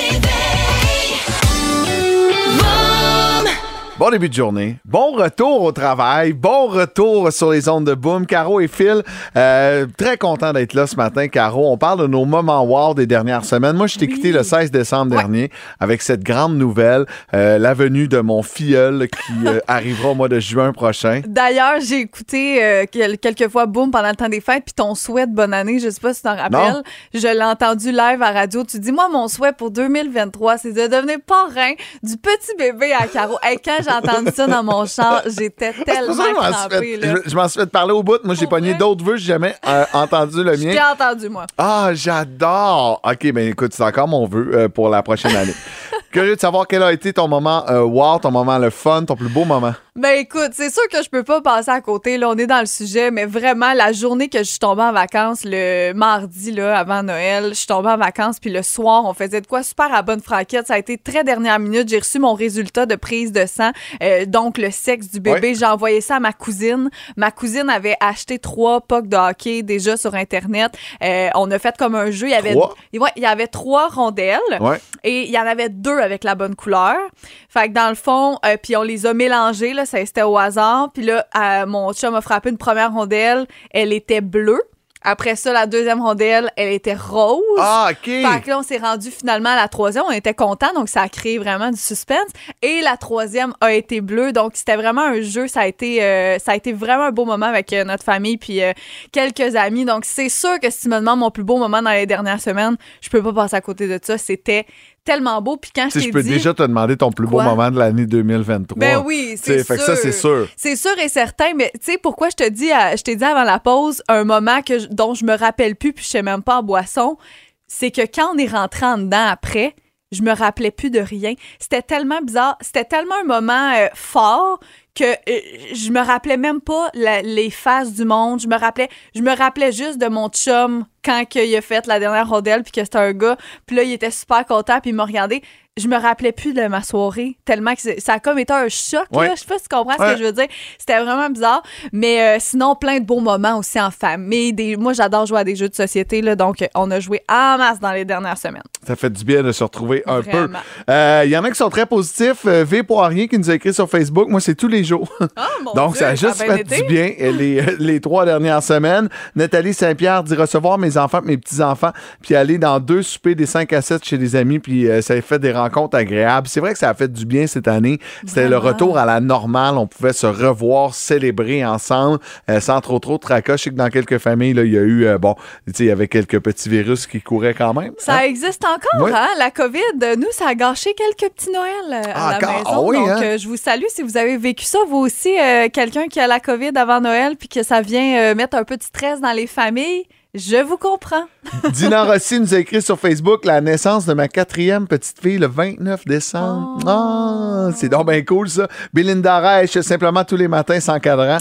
Speaker 3: Bon début de journée. Bon retour au travail. Bon retour sur les ondes de Boom. Caro et Phil, euh, très content d'être là ce matin, Caro. On parle de nos moments wow des dernières semaines. Moi, je t'ai
Speaker 4: Oui.
Speaker 3: quitté le seize décembre
Speaker 4: Ouais.
Speaker 3: dernier avec cette grande nouvelle, euh, la venue de mon filleul qui euh, arrivera au mois de juin prochain.
Speaker 4: D'ailleurs, j'ai écouté euh, quel- quelques fois Boom pendant le temps des fêtes, puis ton souhait de bonne année, je sais pas si tu t'en rappelles.
Speaker 3: Non.
Speaker 4: Je l'ai entendu live à radio. Tu dis, moi, mon souhait pour deux mille vingt-trois, c'est de devenir parrain du petit bébé à Caro. Hey, quand j'ai entendu ça dans mon char, j'étais
Speaker 3: C'est
Speaker 4: tellement
Speaker 3: pour ça que je m'en suis
Speaker 4: crampée.
Speaker 3: fait-
Speaker 4: là.
Speaker 3: je- je m'en suis fait parler au bout. Moi, j'ai
Speaker 4: Pour
Speaker 3: pogné
Speaker 4: vrai?
Speaker 3: d'autres vœux. J'ai jamais euh, entendu le
Speaker 4: Je
Speaker 3: mien.
Speaker 4: t'ai entendu, moi.
Speaker 3: Ah, j'adore! OK, ben écoute, c'est encore mon vœu euh, pour la prochaine année. Curieux de savoir quel a été ton moment euh, wow, ton moment le fun, ton plus beau moment.
Speaker 4: Ben écoute, c'est sûr que je peux pas passer à côté. Là, on est dans le sujet, mais vraiment, la journée que je suis tombée en vacances, le mardi, là, avant Noël, je suis tombée en vacances, puis le soir, on faisait de quoi super à bonne franquette. Ça a été très dernière minute. J'ai reçu mon résultat de prise de sang, euh, donc le sexe du bébé.
Speaker 3: Ouais.
Speaker 4: J'ai envoyé ça à ma cousine. Ma cousine avait acheté trois pucks de hockey déjà sur Internet. Euh, on a fait comme un jeu. Il y avait,
Speaker 3: Trois?
Speaker 4: Ouais, il y avait trois rondelles.
Speaker 3: Ouais.
Speaker 4: Et il y en avait deux avec la bonne couleur. Fait que dans le fond, euh, puis on les a mélangés, là, ça c'était au hasard. Puis là, euh, mon chum a frappé une première rondelle, elle était bleue. Après ça, la deuxième rondelle, elle était rose.
Speaker 3: Ah, OK!
Speaker 4: Fait que là, on s'est rendu finalement à la troisième. On était contents, donc ça a créé vraiment du suspense. Et la troisième a été bleue. Donc, c'était vraiment un jeu. Ça a été, euh, ça a été vraiment un beau moment avec euh, notre famille puis euh, quelques amis. Donc, c'est sûr que si tu me demandes mon plus beau moment dans les dernières semaines, je peux pas passer à côté de ça. C'était tellement beau. Puis quand
Speaker 3: Si
Speaker 4: je t'ai
Speaker 3: je peux
Speaker 4: dit...
Speaker 3: déjà te demander ton plus beau
Speaker 4: Quoi?
Speaker 3: moment de l'année deux mille vingt-trois.
Speaker 4: Ben oui,
Speaker 3: Tu sais,
Speaker 4: c'est
Speaker 3: fait que
Speaker 4: sûr.
Speaker 3: ça, c'est sûr.
Speaker 4: C'est sûr et certain, mais tu sais pourquoi je te dis, à- je t'ai dit avant la pause, un moment que je- dont je me rappelle plus, puis je sais même pas en boisson, c'est que quand on est rentré en dedans après, je me rappelais plus de rien. C'était tellement bizarre, c'était tellement un moment euh, fort que euh, je me rappelais même pas la- les faces du monde. Je me rappelais, je me rappelais juste de mon chum quand que il a fait la dernière rondelle puis que c'était un gars. Puis là, il était super content puis il m'a regardé. Je me rappelais plus de ma soirée tellement que c'est- ça a comme été un choc.
Speaker 3: Ouais.
Speaker 4: Là. Je sais pas si tu comprends ce
Speaker 3: Ouais.
Speaker 4: que je veux dire. C'était vraiment bizarre. Mais euh, sinon, plein de beaux moments aussi en famille. Des... Moi, j'adore jouer à des jeux de société. Là, donc, on a joué en masse dans les dernières semaines.
Speaker 3: Ça fait du bien de se retrouver un
Speaker 4: Vraiment.
Speaker 3: peu. Euh, Il y en a qui sont très positifs. Euh, V. Poirier qui nous a écrit sur Facebook. Moi, c'est tous les jours.
Speaker 4: Oh, mon
Speaker 3: Donc,
Speaker 4: Dieu,
Speaker 3: ça a juste
Speaker 4: bien
Speaker 3: fait
Speaker 4: été.
Speaker 3: du bien euh, les, les trois dernières semaines. Nathalie Saint-Pierre dit recevoir mes enfants et mes petits-enfants, puis aller dans deux soupers des cinq à sept chez des amis, puis euh, ça a fait des rencontres agréables. C'est vrai que ça a fait du bien cette année. C'était le
Speaker 4: Vraiment.
Speaker 3: retour à la normale. On pouvait se revoir, célébrer ensemble, euh, sans trop trop de tracas. Je sais que dans quelques familles, là, il y a eu, euh, bon, tu sais, il y avait quelques petits virus qui couraient quand même.
Speaker 4: Ça
Speaker 3: hein?
Speaker 4: existe encore,
Speaker 3: Oui.
Speaker 4: hein? La COVID, euh, nous, ça a gâché quelques petits Noëls euh, à
Speaker 3: Ah,
Speaker 4: la
Speaker 3: encore?
Speaker 4: maison.
Speaker 3: Ah oui,
Speaker 4: Donc,
Speaker 3: hein?
Speaker 4: euh, je vous salue si vous avez vécu ça. Vous aussi, euh, quelqu'un qui a la COVID avant Noël puis que ça vient euh, mettre un peu de stress dans les familles, je vous comprends.
Speaker 3: Dina Rossi nous a écrit sur Facebook la naissance de ma quatrième petite fille le vingt-neuf décembre.
Speaker 4: Oh.
Speaker 3: Ah, c'est donc bien cool ça. Belinda Reich, simplement tous les matins sans cadran.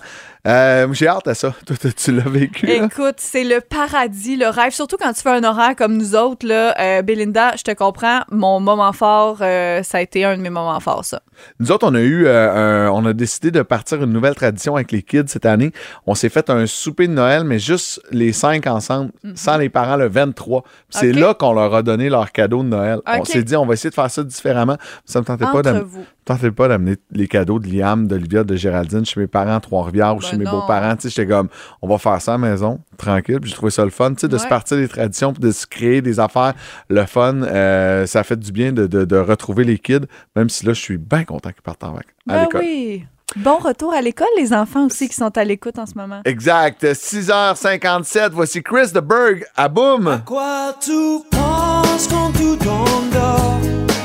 Speaker 3: Euh, j'ai hâte à ça. Toi, tu l'as vécu, là?
Speaker 4: Écoute, c'est le paradis, le rêve. Surtout quand tu fais un horaire comme nous autres, là. Euh, Belinda, je te comprends. Mon moment fort, euh, ça a été un de mes moments forts, ça.
Speaker 3: Nous autres, on a eu, euh, un, on a décidé de partir une nouvelle tradition avec les kids cette année. On s'est fait un souper de Noël, mais juste les cinq ensemble, mm-hmm. sans les parents, le vingt-trois. C'est okay. là qu'on leur a donné leur cadeau de Noël. Okay. On s'est dit, on va essayer de faire ça différemment. Ça me tentait
Speaker 4: Entre
Speaker 3: pas d'amener,
Speaker 4: vous.
Speaker 3: tentait pas d'amener les cadeaux de Liam, d'Olivia, de Géraldine chez mes parents à Trois-Rivières ou
Speaker 4: ben
Speaker 3: chez mes
Speaker 4: non.
Speaker 3: beaux-parents. Tu sais, j'étais comme, on va faire ça à la maison, tranquille. Puis j'ai trouvé ça le fun, tu sais, de ouais. se partir des traditions, puis de se créer des affaires. Le fun, euh, ça fait du bien de, de, de retrouver les kids, même si là, je suis bien content qu'ils partent en vacances. À
Speaker 4: ben
Speaker 3: l'école.
Speaker 4: Oui. Bon retour à l'école, les enfants aussi qui sont à l'écoute en ce moment.
Speaker 3: Exact. six heures cinquante-sept, voici Chris de Berg à Boom.
Speaker 5: À quoi tu penses quand tu t'endors?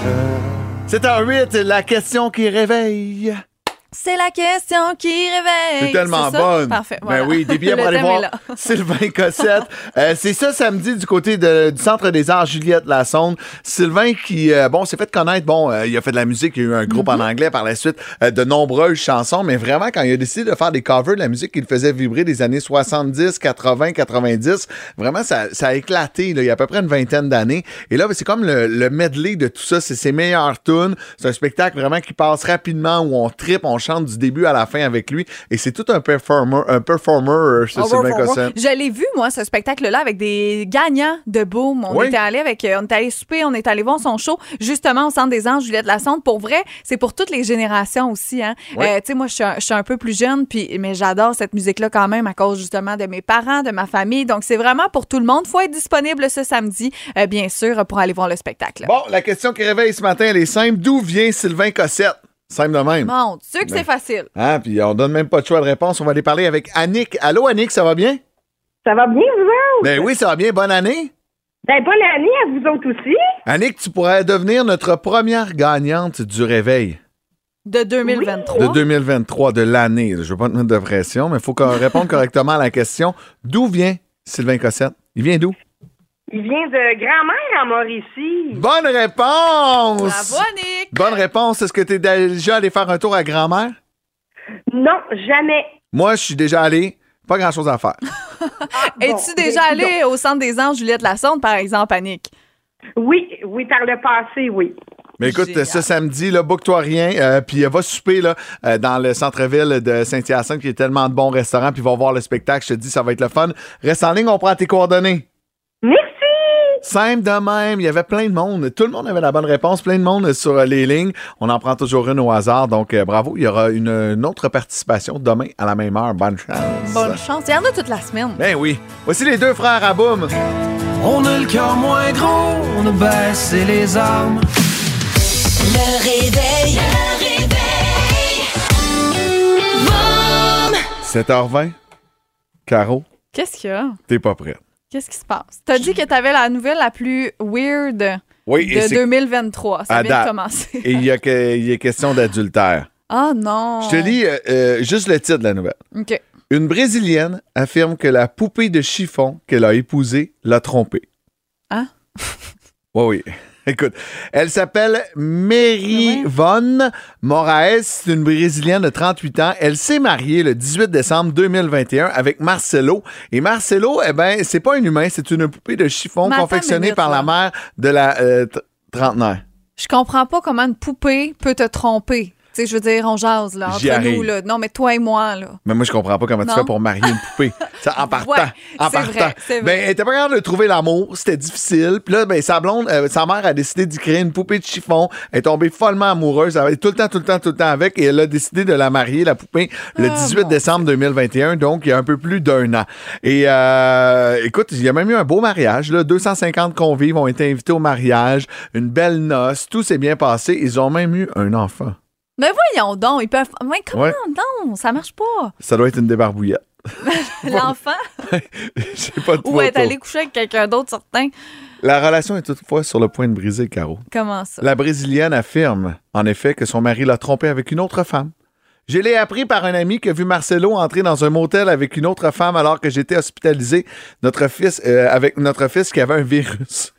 Speaker 3: sept heures huit, la question qui réveille.
Speaker 4: C'est la question qui réveille.
Speaker 3: C'est tellement
Speaker 4: c'est
Speaker 3: bonne.
Speaker 4: Parfait. Voilà.
Speaker 3: Ben oui, des billets pour aller voir Sylvain Cossette. euh, c'est ça samedi du côté de, du Centre des Arts Juliette Lassonde. Sylvain qui, euh, bon, s'est fait connaître. Bon, euh, il a fait de la musique, il y a eu un groupe mm-hmm. en anglais par la suite, euh, de nombreuses chansons, mais vraiment, quand il a décidé de faire des covers de la musique qu'il faisait vibrer des années soixante-dix, quatre-vingts, quatre-vingt-dix, vraiment, ça, ça a éclaté. Là, il y a à peu près une vingtaine d'années. Et là, ben, c'est comme le, le medley de tout ça. C'est ses meilleures tunes. C'est un spectacle vraiment qui passe rapidement, où on trippe, on chante du début à la fin avec lui. Et c'est tout un performer, un performer, ce Sylvain Cossette.
Speaker 4: Je l'ai vu, moi, ce spectacle-là, avec des gagnants de Boom. On
Speaker 3: oui.
Speaker 4: était allé avec, on est allé souper, on est allé voir son show, justement, au Centre des Anges, Juliette Lassonde. Pour vrai, c'est pour toutes les générations aussi, hein.
Speaker 3: Oui.
Speaker 4: Euh, tu sais, moi, je suis un, je suis un peu plus jeune, puis, mais j'adore cette musique-là quand même à cause, justement, de mes parents, de ma famille. Donc, c'est vraiment pour tout le monde. Faut être disponible ce samedi, euh, bien sûr, pour aller voir le spectacle.
Speaker 3: Bon, la question qui réveille ce matin, elle est simple. D'où vient Sylvain Cossette? Simple de même.
Speaker 4: Mon Dieu que
Speaker 3: ben,
Speaker 4: c'est facile.
Speaker 3: Ah, puis on donne même pas de choix de réponse. On va aller parler avec Annick. Allô, Annick, ça va bien?
Speaker 7: Ça va bien, vous autres?
Speaker 3: Ben oui, ça va bien. Bonne année.
Speaker 7: Ben, bonne année à vous autres aussi.
Speaker 3: Annick, tu pourrais devenir notre première gagnante du réveil.
Speaker 4: De deux mille vingt-trois.
Speaker 3: De deux mille vingt-trois, de l'année. Je veux pas te mettre de pression, mais il faut qu'on réponde correctement à la question. D'où vient Sylvain Cossette? Il vient d'où?
Speaker 7: Il vient de grand-mère à Mauricie.
Speaker 3: Bonne réponse!
Speaker 4: Bravo, Annick!
Speaker 3: Bonne réponse. Est-ce que tu es déjà allé faire un tour à grand-mère?
Speaker 7: Non, jamais.
Speaker 3: Moi, je suis déjà allé. Pas grand-chose à faire.
Speaker 4: Es-tu
Speaker 7: bon,
Speaker 4: déjà allé au Centre des Anges Juliette Lassonde, par exemple, Annick?
Speaker 7: Oui, oui, par le passé, oui.
Speaker 3: Mais écoute,
Speaker 4: Génial.
Speaker 3: Ce samedi, là, book-toi rien, euh, puis va souper là, euh, dans le centre-ville de Saint-Hyacinthe, qui est tellement de bons restaurants, puis va voir le spectacle. Je te dis, ça va être le fun. Reste en ligne, on prend tes coordonnées.
Speaker 7: Merci!
Speaker 3: Simple de même, il y avait plein de monde. Tout le monde avait la bonne réponse, plein de monde sur euh, les lignes. On en prend toujours une au hasard, donc euh, bravo. Il y aura une, une autre participation demain à la même heure. Bonne chance.
Speaker 4: Bonne chance. Il y en a toute la semaine.
Speaker 3: Ben oui. Voici les deux frères à Boom.
Speaker 5: On a le cœur moins gros, on a baissé les armes.
Speaker 8: Le réveil, le réveil. Boom!
Speaker 3: sept heures vingt. Caro,
Speaker 4: Qu'est-ce qu'il y a?
Speaker 3: t'es pas prête.
Speaker 4: Qu'est-ce qui se passe? T'as dit que t'avais la nouvelle la plus weird
Speaker 3: Oui, et
Speaker 4: de
Speaker 3: c'est
Speaker 4: deux mille vingt-trois. Ça
Speaker 3: à
Speaker 4: vient de
Speaker 3: date.
Speaker 4: commencer.
Speaker 3: Et il y, a que- il y a question d'adultère.
Speaker 4: Ah non!
Speaker 3: Je te lis euh, euh, juste le titre de la nouvelle.
Speaker 4: OK.
Speaker 3: Une Brésilienne affirme que la poupée de chiffon qu'elle a épousée l'a trompée.
Speaker 4: Hein?
Speaker 3: Oui, oui. Écoute, elle s'appelle Mary
Speaker 4: Ouais.
Speaker 3: Von Moraes. C'est une Brésilienne de trente-huit ans. Elle s'est mariée le dix-huit décembre deux mille vingt et un avec Marcelo. Et Marcelo, eh ben, c'est pas un humain, c'est une poupée de chiffon
Speaker 4: Mais attends
Speaker 3: confectionnée
Speaker 4: une minute,
Speaker 3: par
Speaker 4: là.
Speaker 3: la mère de la euh, t- trentenaire.
Speaker 4: Je comprends pas comment une poupée peut te tromper. Tu sais, je veux dire, on jase, là,
Speaker 3: J'y
Speaker 4: entre
Speaker 3: arrive.
Speaker 4: nous, là. Non, mais toi et moi, là.
Speaker 3: Mais moi, je comprends pas comment
Speaker 4: Non.
Speaker 3: tu fais pour marier une poupée. Ça, en partant.
Speaker 4: Ouais,
Speaker 3: en
Speaker 4: c'est
Speaker 3: partant.
Speaker 4: vrai, c'est vrai.
Speaker 3: Ben, elle était pas capable de trouver l'amour. C'était difficile. Puis là, ben, sa blonde, euh, sa mère a décidé d'y créer une poupée de chiffon. Elle est tombée follement amoureuse. Elle avait tout le temps, tout le temps, tout le temps avec. Et elle a décidé de la marier, la poupée, le
Speaker 4: Ah,
Speaker 3: dix-huit
Speaker 4: mon
Speaker 3: décembre deux mille vingt et un. Donc, il y a un peu plus d'un an. Et, euh, écoute, il y a même eu un beau mariage, là. deux cent cinquante convives ont été invités au mariage. Une belle noce. Tout s'est bien passé. Ils ont même eu un enfant.
Speaker 4: Mais voyons donc, ils peuvent. Mais comment
Speaker 3: Ouais.
Speaker 4: donc? Ça marche pas.
Speaker 3: Ça doit être une débarbouillette.
Speaker 4: L'enfant?
Speaker 3: J'ai pas de
Speaker 4: Ou être
Speaker 3: photo.
Speaker 4: allé coucher avec quelqu'un d'autre, certain.
Speaker 3: La relation est toutefois sur le point de briser, Caro.
Speaker 4: Comment ça?
Speaker 3: La Brésilienne affirme, en effet, que son mari l'a trompée avec une autre femme. Je l'ai appris par un ami qui a vu Marcelo entrer dans un motel avec une autre femme alors que j'étais hospitalisé, notre fils, euh, avec notre fils qui avait un virus.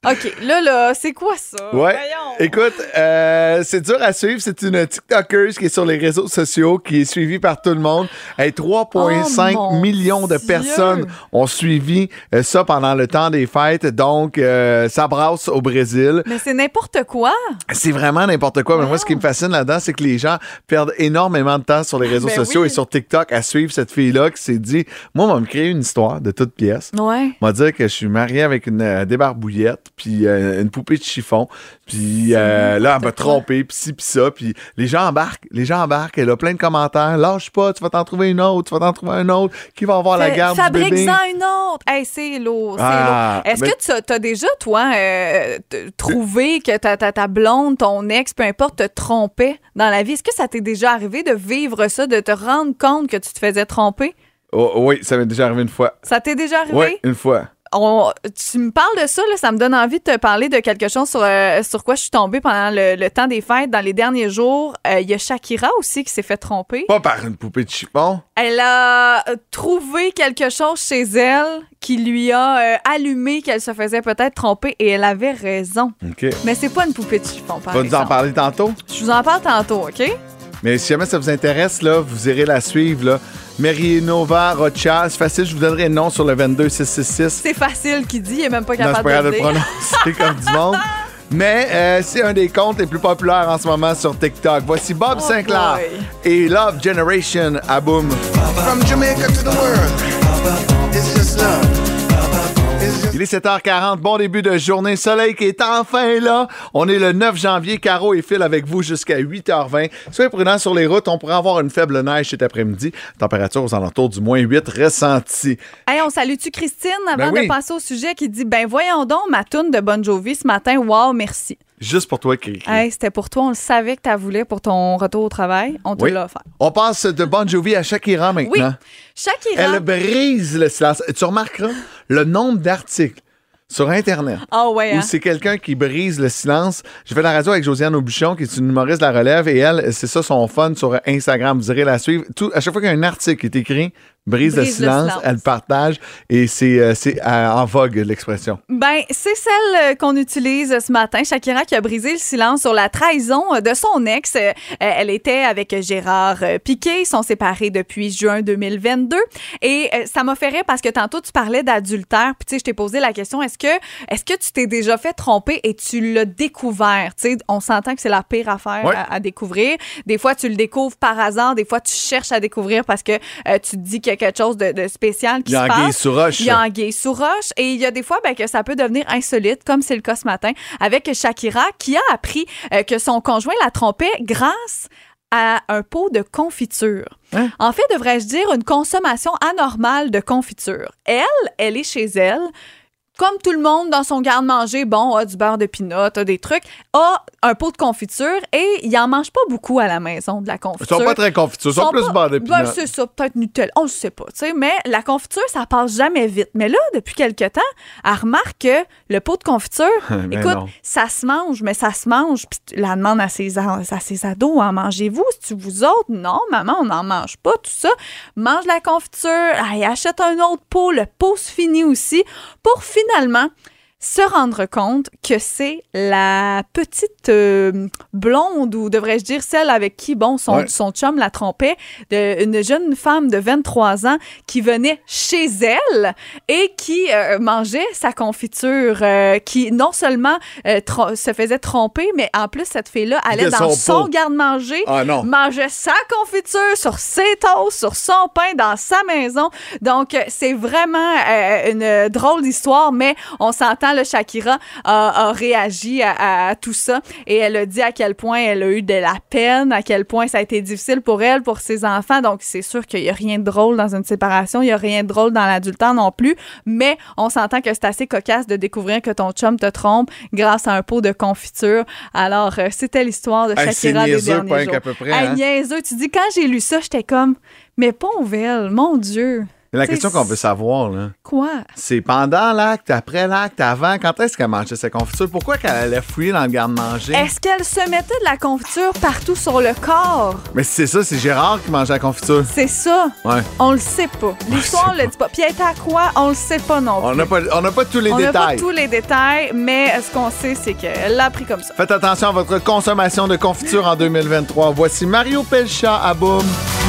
Speaker 4: OK, là, là, c'est quoi ça?
Speaker 3: Ouais.
Speaker 4: Voyons.
Speaker 3: Écoute, euh, c'est dur à suivre. C'est une TikToker qui est sur les réseaux sociaux, qui est suivie par tout le monde. Hey, trois virgule cinq
Speaker 4: Oh, mon
Speaker 3: millions de
Speaker 4: Dieu.
Speaker 3: personnes ont suivi euh, ça pendant le temps des fêtes. Donc, euh, ça brasse au Brésil.
Speaker 4: Mais c'est n'importe quoi.
Speaker 3: C'est vraiment n'importe quoi. Mais moi, ce qui me fascine là-dedans, c'est que les gens perdent énormément de temps sur les réseaux
Speaker 4: Ben
Speaker 3: sociaux
Speaker 4: oui.
Speaker 3: et sur TikTok à suivre cette fille-là qui s'est dit, moi, on va me créer une histoire de toute pièce.
Speaker 4: Ouais.
Speaker 3: On va dire que je suis marié avec une euh, débarbouillette, puis euh, une poupée de chiffon, puis euh, là, elle m'a trompé, puis ci, puis ça, puis les gens embarquent, les gens embarquent, elle a plein de commentaires, lâche pas, tu vas t'en trouver une autre, tu vas t'en trouver un autre, qui va avoir la garde du bébé?
Speaker 4: Fabrique-en une autre. Hey, c'est lourd, c'est
Speaker 3: Ah,
Speaker 4: lourd. Est-ce
Speaker 3: mais-
Speaker 4: que tu as déjà, toi, euh, t- trouvé que ta, ta, ta blonde, ton ex, peu importe, te trompait dans la vie? Est-ce que ça t'est déjà arrivé de vivre ça, de te rendre compte que tu te faisais tromper?
Speaker 3: Oh, oui, ça m'est déjà arrivé une fois.
Speaker 4: Ça t'est déjà arrivé?
Speaker 3: Oui, une fois.
Speaker 4: On- tu me parles de ça, là, ça me donne envie de te parler de quelque chose sur, euh, sur quoi je suis tombée pendant le, le temps des fêtes. Dans les derniers jours, Euh, il y a Shakira aussi qui s'est fait tromper.
Speaker 3: Pas par une poupée de chiffon.
Speaker 4: Elle a euh, trouvé quelque chose chez elle qui lui a euh, allumé qu'elle se faisait peut-être tromper et elle avait raison.
Speaker 3: OK.
Speaker 4: Mais c'est pas une poupée de chiffon, par
Speaker 3: On va nous en
Speaker 4: exemple.
Speaker 3: parler tantôt.
Speaker 4: Je vous en parle tantôt, OK?
Speaker 3: Mais si jamais ça vous intéresse, là, vous irez la suivre, là. Merienova Rocha, c'est facile, je vous donnerai le nom sur le vingt-deux six six six.
Speaker 4: C'est facile qu'il dit, il est même pas
Speaker 3: Non, c'est
Speaker 4: capable
Speaker 3: pas grave
Speaker 4: de
Speaker 3: de
Speaker 4: le
Speaker 3: le
Speaker 4: dire.
Speaker 3: prononcer comme du monde. Mais euh, c'est un des comptes les plus populaires en ce moment sur TikTok. Voici Bob
Speaker 4: Oh
Speaker 3: Sinclair
Speaker 4: boy.
Speaker 3: et Love Generation à Boom.
Speaker 9: From Jamaica to the world, it's just love. It's just
Speaker 3: Il est sept heures quarante, bon début de journée. Soleil qui est enfin là. On est le neuf janvier. Caro et Phil avec vous jusqu'à huit heures vingt. Soyez prudents sur les routes. On pourrait avoir une faible neige cet après-midi. Température aux alentours du moins huit ressentie.
Speaker 4: Hey, on salue-tu Christine avant
Speaker 3: Ben oui.
Speaker 4: de passer au sujet qui dit ben voyons donc ma toune de Bon Jovi ce matin, wow, merci.
Speaker 3: Juste pour toi, Cricri.
Speaker 4: Hey, c'était pour toi, on le savait que tu voulais pour ton retour au travail, on te
Speaker 3: Oui.
Speaker 4: l'a offert.
Speaker 3: On passe de Bon Jovi à Shakira
Speaker 4: Oui,
Speaker 3: maintenant.
Speaker 4: Shakira.
Speaker 3: Elle brise le silence. Tu remarqueras le nombre d'articles sur Internet
Speaker 4: Ah ouais,
Speaker 3: où
Speaker 4: hein?
Speaker 3: c'est quelqu'un qui brise le silence. J'ai fait la radio avec Josiane Aubuchon, qui est une humoriste de la relève, et elle, c'est ça son fun sur Instagram. Vous irez la suivre. Tout, à chaque fois qu'il y a un article qui est écrit, brise,
Speaker 4: Brise
Speaker 3: le,
Speaker 4: le
Speaker 3: silence,
Speaker 4: silence.
Speaker 3: elle partage, et c'est, euh, c'est euh, en vogue, l'expression.
Speaker 4: Ben, c'est celle euh, qu'on utilise ce matin. Shakira qui a brisé le silence sur la trahison euh, de son ex. Euh, elle était avec Gérard euh, Piqué. Ils sont séparés depuis juin deux mille vingt-deux. Et euh, ça m'a fait rire parce que tantôt, tu parlais d'adultère. Puis, tu sais, je t'ai posé la question, est-ce que, est-ce que tu t'es déjà fait tromper et tu l'as découvert? Tu sais, on s'entend que c'est la pire affaire
Speaker 3: Ouais.
Speaker 4: à, à découvrir. Des fois, tu le découvres par hasard. Des fois, tu cherches à découvrir parce que euh, tu te dis qu'il y a quelque chose de, de spécial qui
Speaker 3: Il y a
Speaker 4: se
Speaker 3: anguille
Speaker 4: passe.
Speaker 3: sous roche.
Speaker 4: Il y a anguille sous roche. Et il y a des fois ben, que ça peut devenir insolite, comme c'est le cas ce matin, avec Shakira, qui a appris euh, que son conjoint la trompait grâce à un pot de confiture.
Speaker 3: Hein?
Speaker 4: En fait, devrais-je dire une consommation anormale de confiture. Elle, elle est chez elle. Comme tout le monde dans son garde-manger, bon, a du beurre de pinot, a des trucs, a un pot de confiture et il en mange pas beaucoup à la maison de la
Speaker 3: Ils
Speaker 4: confiture.
Speaker 3: sont pas très confitures, ils sont, plus
Speaker 4: pas-
Speaker 3: beurre de
Speaker 4: ben,
Speaker 3: pinot.
Speaker 4: c'est ça, peut-être Nutella, on le sait pas, tu sais, mais la confiture, ça passe jamais vite. Mais là, depuis quelque temps, elle remarque que le pot de confiture,
Speaker 3: Ben
Speaker 4: écoute,
Speaker 3: non.
Speaker 4: ça se mange, mais ça se mange, puis tu la demande à ses, a- à ses ados, en mangez-vous? Si tu vous autres, non, maman, on n'en mange pas, tout ça. Mange la confiture, elle achète un autre pot, le pot se finit aussi, pour finalement se rendre compte que c'est la petite euh, blonde, ou devrais-je dire celle avec qui, bon, son,
Speaker 3: Ouais.
Speaker 4: son chum la trompait, de, une jeune femme de vingt-trois ans qui venait chez elle et qui euh, mangeait sa confiture, euh, qui non seulement euh, tro- se faisait tromper, mais en plus, cette fille-là allait
Speaker 3: De
Speaker 4: dans
Speaker 3: son
Speaker 4: son
Speaker 3: pot.
Speaker 4: garde-manger,
Speaker 3: Ah non.
Speaker 4: mangeait sa confiture sur ses toasts, sur son pain, dans sa maison. Donc, euh, c'est vraiment euh, une drôle d'histoire, mais on s'entend, le Shakira a, a réagi à, à tout ça et elle a dit à quel point elle a eu de la peine, à quel point ça a été difficile pour elle, pour ses enfants. Donc, c'est sûr qu'il n'y a rien de drôle dans une séparation, il n'y a rien de drôle dans l'adultère non plus, mais on s'entend que c'est assez cocasse de découvrir que ton chum te trompe grâce à un pot de confiture. Alors, euh, c'était l'histoire de
Speaker 3: Hey, c'est
Speaker 4: Shakira des
Speaker 3: niaiseux,
Speaker 4: derniers
Speaker 3: pas
Speaker 4: jours.
Speaker 3: qu'à peu près,
Speaker 4: Hey,
Speaker 3: hein?
Speaker 4: niaiseux. Tu dis, quand j'ai lu ça, j'étais comme, mais pauvre elle, mon Dieu.
Speaker 3: Mais la
Speaker 4: T'sais,
Speaker 3: question qu'on veut savoir, là,
Speaker 4: Quoi?
Speaker 3: c'est pendant l'acte, après l'acte, avant, quand est-ce qu'elle mangeait sa confiture? Pourquoi qu'elle allait fouiller dans le garde-manger?
Speaker 4: Est-ce qu'elle se mettait de la confiture partout sur le corps?
Speaker 3: Mais c'est ça, c'est Gérard qui mangeait la confiture.
Speaker 4: C'est ça.
Speaker 3: Ouais.
Speaker 4: On le sait pas. L'histoire le dit pas. Puis elle était à quoi? On le sait pas non plus.
Speaker 3: On n'a pas, on n'a pas tous les
Speaker 4: On n'a
Speaker 3: détails.
Speaker 4: pas tous les détails, mais ce qu'on sait, c'est qu'elle l'a appris comme ça.
Speaker 3: Faites attention à votre consommation de confiture en deux mille vingt-trois. Voici Mario Pelcha à Boom.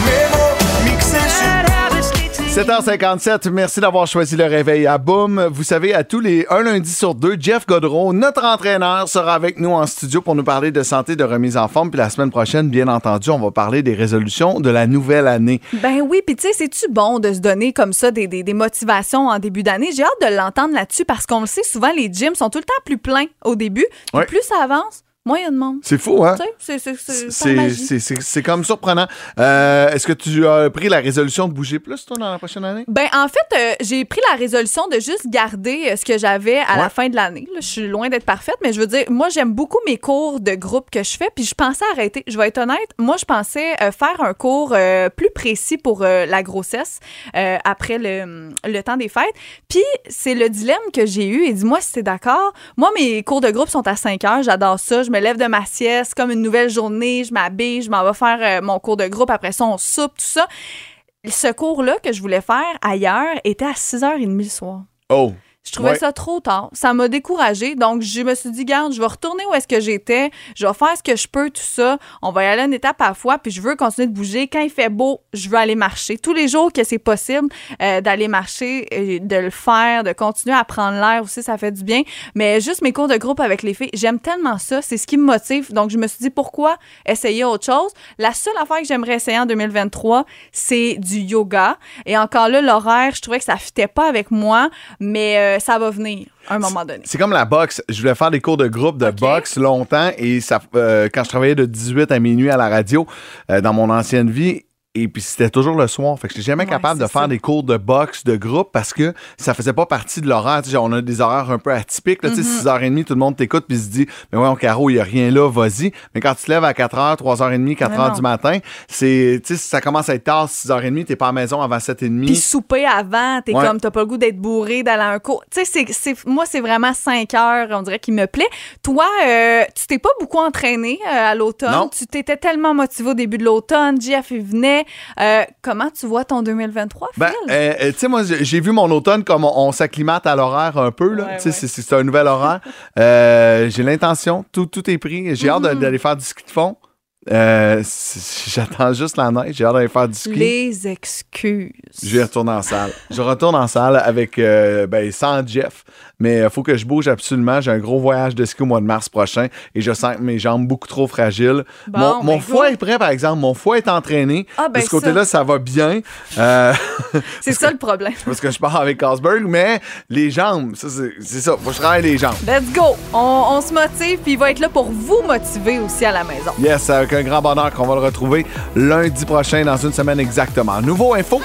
Speaker 3: sept heures cinquante-sept, merci d'avoir choisi le réveil à Boom. Vous savez, à tous les un lundi sur deux, Jeff Godreau, notre entraîneur, sera avec nous en studio pour nous parler de santé, de remise en forme. Puis la semaine prochaine, bien entendu, on va parler des résolutions de la nouvelle année.
Speaker 4: Ben oui, puis tu sais, c'est-tu bon de se donner comme ça des, des, des motivations en début d'année? J'ai hâte de l'entendre là-dessus parce qu'on le sait, souvent, les gyms sont tout le temps plus pleins au début. Puis
Speaker 3: Ouais.
Speaker 4: plus ça avance, moins il y a de monde.
Speaker 3: C'est fou, hein?
Speaker 4: Tu sais, c'est- c'est- c'est par
Speaker 3: C'est,
Speaker 4: magie.
Speaker 3: c'est, c'est, c'est comme surprenant. Euh, est-ce que tu as pris la résolution de bouger plus, toi, dans la prochaine année?
Speaker 4: Ben en fait, euh, j'ai pris la résolution de juste garder euh, ce que j'avais à
Speaker 3: Ouais.
Speaker 4: la fin de l'année. Là, je suis loin d'être parfaite, mais je veux dire, moi, j'aime beaucoup mes cours de groupe que je fais, puis je pensais arrêter. Je vais être honnête, moi, je pensais euh, faire un cours euh, plus précis pour euh, la grossesse euh, après le, le temps des fêtes. Puis c'est le dilemme que j'ai eu, et dis-moi si t'es d'accord. Moi, mes cours de groupe sont à cinq heures, j'adore ça. Je me lève de ma sieste, comme une nouvelle journée, je m'habille, je m'en vais faire euh, mon cours de groupe, après ça, on soupe, tout ça. Ce cours-là que je voulais faire ailleurs était à six heures trente le soir.
Speaker 3: Oh!
Speaker 4: Je trouvais
Speaker 3: Ouais.
Speaker 4: ça trop tard. Ça m'a découragée. Donc, je me suis dit, garde, je vais retourner où est-ce que j'étais. Je vais faire ce que je peux, tout ça. On va y aller une étape à la fois. Puis, je veux continuer de bouger. Quand il fait beau, je veux aller marcher. Tous les jours que c'est possible euh, d'aller marcher, et de le faire, de continuer à prendre l'air aussi, ça fait du bien. Mais juste mes cours de groupe avec les filles, j'aime tellement ça. C'est ce qui me motive. Donc, je me suis dit, pourquoi essayer autre chose? La seule affaire que j'aimerais essayer en deux mille vingt-trois, c'est du yoga. Et encore là, l'horaire, je trouvais que ça fitait pas avec moi, mais euh, ça va venir à un moment donné.
Speaker 3: C'est comme la boxe. Je voulais faire des cours de groupe de
Speaker 4: Ok.
Speaker 3: boxe longtemps et ça, euh, quand je travaillais de dix-huit à minuit à la radio euh, dans mon ancienne vie, et puis c'était toujours le soir. Fait que j'étais jamais
Speaker 4: Ouais,
Speaker 3: capable de
Speaker 4: c'est
Speaker 3: faire
Speaker 4: ça.
Speaker 3: des cours de boxe de groupe parce que ça faisait pas partie de l'horaire. Tu sais, on a des horaires un peu atypiques. Là, tu sais,
Speaker 4: Mm-hmm.
Speaker 3: six heures trente, tout le monde t'écoute puis se dit mais ouais, Caro, il y a rien là, vas-y. Mais quand tu te lèves à quatre heures, trois heures trente, quatre
Speaker 4: Mais
Speaker 3: heures
Speaker 4: non.
Speaker 3: du matin, c'est, tu sais, ça commence à être tard, six heures trente, t'es pas à la maison avant sept heures trente.
Speaker 4: Puis souper avant, t'es
Speaker 3: Ouais.
Speaker 4: comme, t'as pas le goût d'être bourré, d'aller à un cours. Tu sais, c'est, c'est, moi, c'est vraiment cinq heures, on dirait, qui me plaît. Toi, euh, tu t'es pas beaucoup entraîné euh, à l'automne.
Speaker 3: Non.
Speaker 4: Tu t'étais tellement motivé au début de l'automne. Jeff, il venait. Euh, comment tu vois ton deux mille vingt-trois, Phil?
Speaker 3: Ben, euh, euh, tu sais, moi, j'ai j'ai vu mon automne comme on, on s'acclimate à l'horaire un peu. là.
Speaker 4: Ouais,
Speaker 3: Tu sais,
Speaker 4: ouais.
Speaker 3: c'est- c'est un nouvel horaire. Euh, j'ai l'intention, tout, tout est pris. J'ai hâte
Speaker 4: Mm-hmm.
Speaker 3: de- d'aller faire du ski de fond. Euh, c'est- J'attends juste la neige. J'ai hâte d'aller faire du ski.
Speaker 4: Les excuses.
Speaker 3: Je vais retourner en salle. Je retourne en salle avec, euh, ben, sans Jeff. Mais il faut que je bouge absolument. J'ai un gros voyage de ski au mois de mars prochain et je sens que mes jambes beaucoup trop fragiles.
Speaker 4: Bon,
Speaker 3: mon mon
Speaker 4: ben,
Speaker 3: foie
Speaker 4: go.
Speaker 3: est prêt, par exemple. Mon foie est entraîné.
Speaker 4: Ah, ben,
Speaker 3: de ce côté-là, ça, va bien. Euh,
Speaker 4: C'est ça le problème.
Speaker 3: parce que je pars avec Carlsberg, mais les jambes, ça, c'est c'est ça. Faut que je travaille les jambes.
Speaker 4: Let's go! On, on se motive, puis il va être là pour vous motiver aussi à la maison.
Speaker 3: Yes, avec un grand bonheur qu'on va le retrouver lundi prochain, dans une semaine exactement. Nouveau info.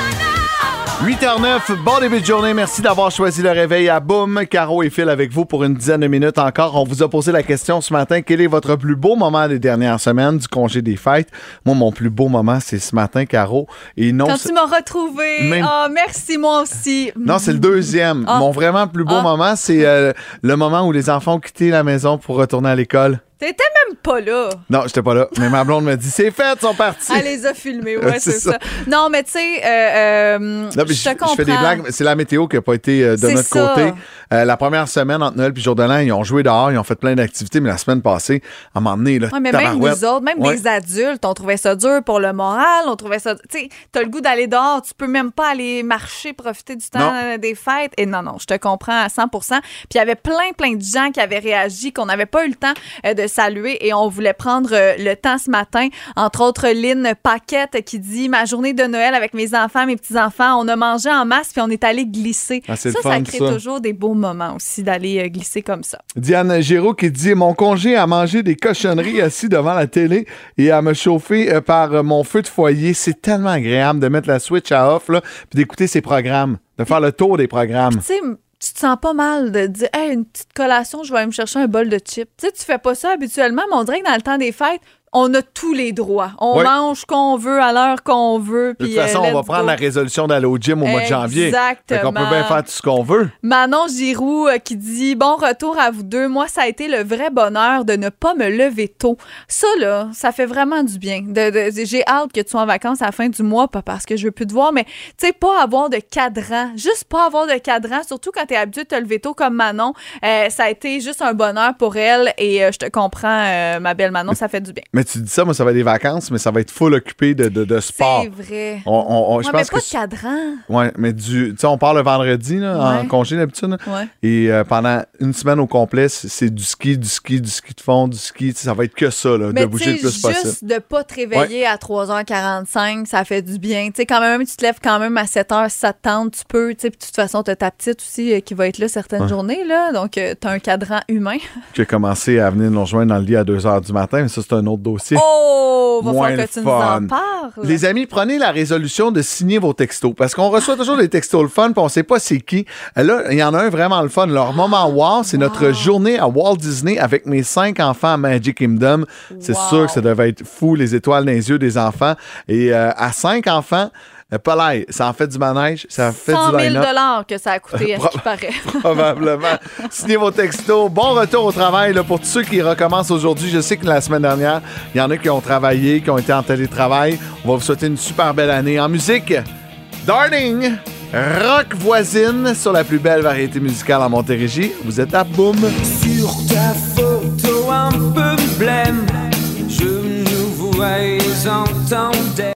Speaker 3: huit heures neuf, bon début de journée. Merci d'avoir choisi le réveil à Boom. Caro et Phil avec vous pour une dizaine de minutes encore. On vous a posé la question ce matin. Quel est votre plus beau moment des dernières semaines du congé des fêtes? Moi, mon plus beau moment, c'est ce matin, Caro. Et non,
Speaker 4: Quand
Speaker 3: c'est-
Speaker 4: tu m'as retrouvé,
Speaker 3: Même-
Speaker 4: oh, merci, moi aussi.
Speaker 3: non, c'est le deuxième.
Speaker 4: Ah.
Speaker 3: Mon vraiment plus beau
Speaker 4: Ah.
Speaker 3: moment, c'est euh, le moment où les enfants ont quitté la maison pour retourner à l'école.
Speaker 4: T'étais même pas là.
Speaker 3: Non, j'étais pas là. Mais ma blonde me dit, c'est fait, ils sont partis.
Speaker 4: Elle les a filmés, ouais,
Speaker 3: C'est
Speaker 4: c'est ça.
Speaker 3: ça.
Speaker 4: Non, mais tu sais, euh, euh,
Speaker 3: Non,
Speaker 4: je
Speaker 3: mais
Speaker 4: te
Speaker 3: je,
Speaker 4: comprends.
Speaker 3: je fais des blagues. mais C'est la météo qui n'a pas été euh, de
Speaker 4: C'est
Speaker 3: notre
Speaker 4: ça.
Speaker 3: côté. Euh, la première semaine, entre Noël et Jour de l'An, ils ont joué dehors, ils ont fait plein d'activités, mais la semaine passée, à un moment donné, là,
Speaker 4: Ouais, mais même
Speaker 3: tabarouette.
Speaker 4: nous autres, même
Speaker 3: Ouais.
Speaker 4: des adultes, on trouvait ça dur pour le moral, on trouvait ça... Tu sais, t'as le goût d'aller dehors, tu peux même pas aller marcher, profiter du temps
Speaker 3: Non.
Speaker 4: euh, des fêtes. Et non, non, je te comprends à cent pour cent. Puis il y avait plein, plein de gens qui avaient réagi, qu'on n'avait pas eu le temps euh, de saluer et on voulait prendre euh, le temps ce matin. Entre autres, Lynn Paquette qui dit « Ma journée de Noël avec mes enfants, mes petits-enfants, on a mangé en masse puis on est allé glisser.
Speaker 3: Ah, c'est
Speaker 4: ça,
Speaker 3: le
Speaker 4: ça
Speaker 3: fun,
Speaker 4: crée
Speaker 3: ça.
Speaker 4: toujours des beaux moments aussi d'aller euh, glisser comme ça.
Speaker 3: Diane Géraud qui dit mon congé à manger des cochonneries assis devant la télé et à me chauffer euh, par euh, mon feu de foyer. C'est tellement agréable de mettre la switch à off là, puis d'écouter ses programmes, de faire le tour des programmes.
Speaker 4: Tu sais, tu te sens pas mal de dire hey, une petite collation, je vais aller me chercher un bol de chips. Tu sais, tu fais pas ça habituellement, mais on dirait que dans le temps des fêtes, on a tous les droits. On
Speaker 3: Oui.
Speaker 4: mange qu'on veut à l'heure qu'on veut.
Speaker 3: De toute
Speaker 4: puis,
Speaker 3: façon,
Speaker 4: euh,
Speaker 3: on va
Speaker 4: let's
Speaker 3: prendre
Speaker 4: go.
Speaker 3: la résolution d'aller au gym au mois de janvier. Fait qu'on peut bien faire tout ce qu'on veut.
Speaker 4: Manon Giroux euh, qui dit « Bon retour à vous deux. Moi, ça a été le vrai bonheur de ne pas me lever tôt. » Ça, là, ça fait vraiment du bien. De, de- j'ai hâte que tu sois en vacances à la fin du mois, pas parce que je veux plus te voir, mais tu sais, pas avoir de cadran. Juste pas avoir de cadran, surtout quand t'es habitué de te lever tôt comme Manon. Euh, ça a été juste un bonheur pour elle et euh, je te comprends, euh, ma belle Manon, ça fait du bien.
Speaker 3: Mais tu dis ça, moi, ça va être des vacances, mais ça va être full occupé de, de, de sport.
Speaker 4: C'est vrai.
Speaker 3: On, on, on-
Speaker 4: Ouais,
Speaker 3: je
Speaker 4: mais
Speaker 3: pense
Speaker 4: pas
Speaker 3: que
Speaker 4: de cadran.
Speaker 3: Ouais, mais du, tu sais, on part le vendredi là, en
Speaker 4: Ouais.
Speaker 3: congé d'habitude. là.
Speaker 4: Ouais.
Speaker 3: Et euh, pendant une semaine au complet, c'est c'est du ski, du ski, du ski de fond, du ski. Tu sais, ça va être que ça, là,
Speaker 4: Mais
Speaker 3: de bouger le
Speaker 4: tu sais,
Speaker 3: plus possible.
Speaker 4: juste de pas te réveiller à trois heures quarante-cinq, ça fait du bien. Tu sais, quand même, tu te lèves quand même à sept heures si ça te tente, tu peux. Tu sais, puis de toute façon, t'as ta petite aussi euh, qui va être là certaines
Speaker 3: Ouais.
Speaker 4: journées, là. Donc, euh, t'as un cadran humain.
Speaker 3: Qui a commencé à venir nous rejoindre dans le lit à deux heures du matin, mais ça, c'est un autre dossier.
Speaker 4: Oh! Va
Speaker 3: Moins
Speaker 4: falloir
Speaker 3: le
Speaker 4: que tu nous
Speaker 3: fun.
Speaker 4: en parles.
Speaker 3: Les amis, prenez la résolution de signer vos textos parce qu'on reçoit toujours des textos le fun puis on sait pas c'est qui. Là, il y en a un vraiment le fun. Leur moment wow, c'est notre journée à Walt Disney avec mes cinq enfants à Magic Kingdom. C'est
Speaker 4: Wow.
Speaker 3: sûr que ça devait être fou, les étoiles dans les yeux des enfants. Et euh, à cinq enfants, euh, pas l'air, ça en fait du manège, ça fait
Speaker 4: cent
Speaker 3: du
Speaker 4: mille
Speaker 3: line-up.
Speaker 4: dollars que ça a coûté, à ce qui paraît.
Speaker 3: Probablement. Signez vos textos. Bon retour au travail là, pour tous ceux qui recommencent aujourd'hui. Je sais que la semaine dernière, il y en a qui ont travaillé, qui ont été en télétravail. On va vous souhaiter une super belle année. En musique, Darling, Rock Voisine sur la plus belle variété musicale en Montérégie. Vous êtes à Boom.
Speaker 5: Sur ta photo un peu blême, je nous vois entendais.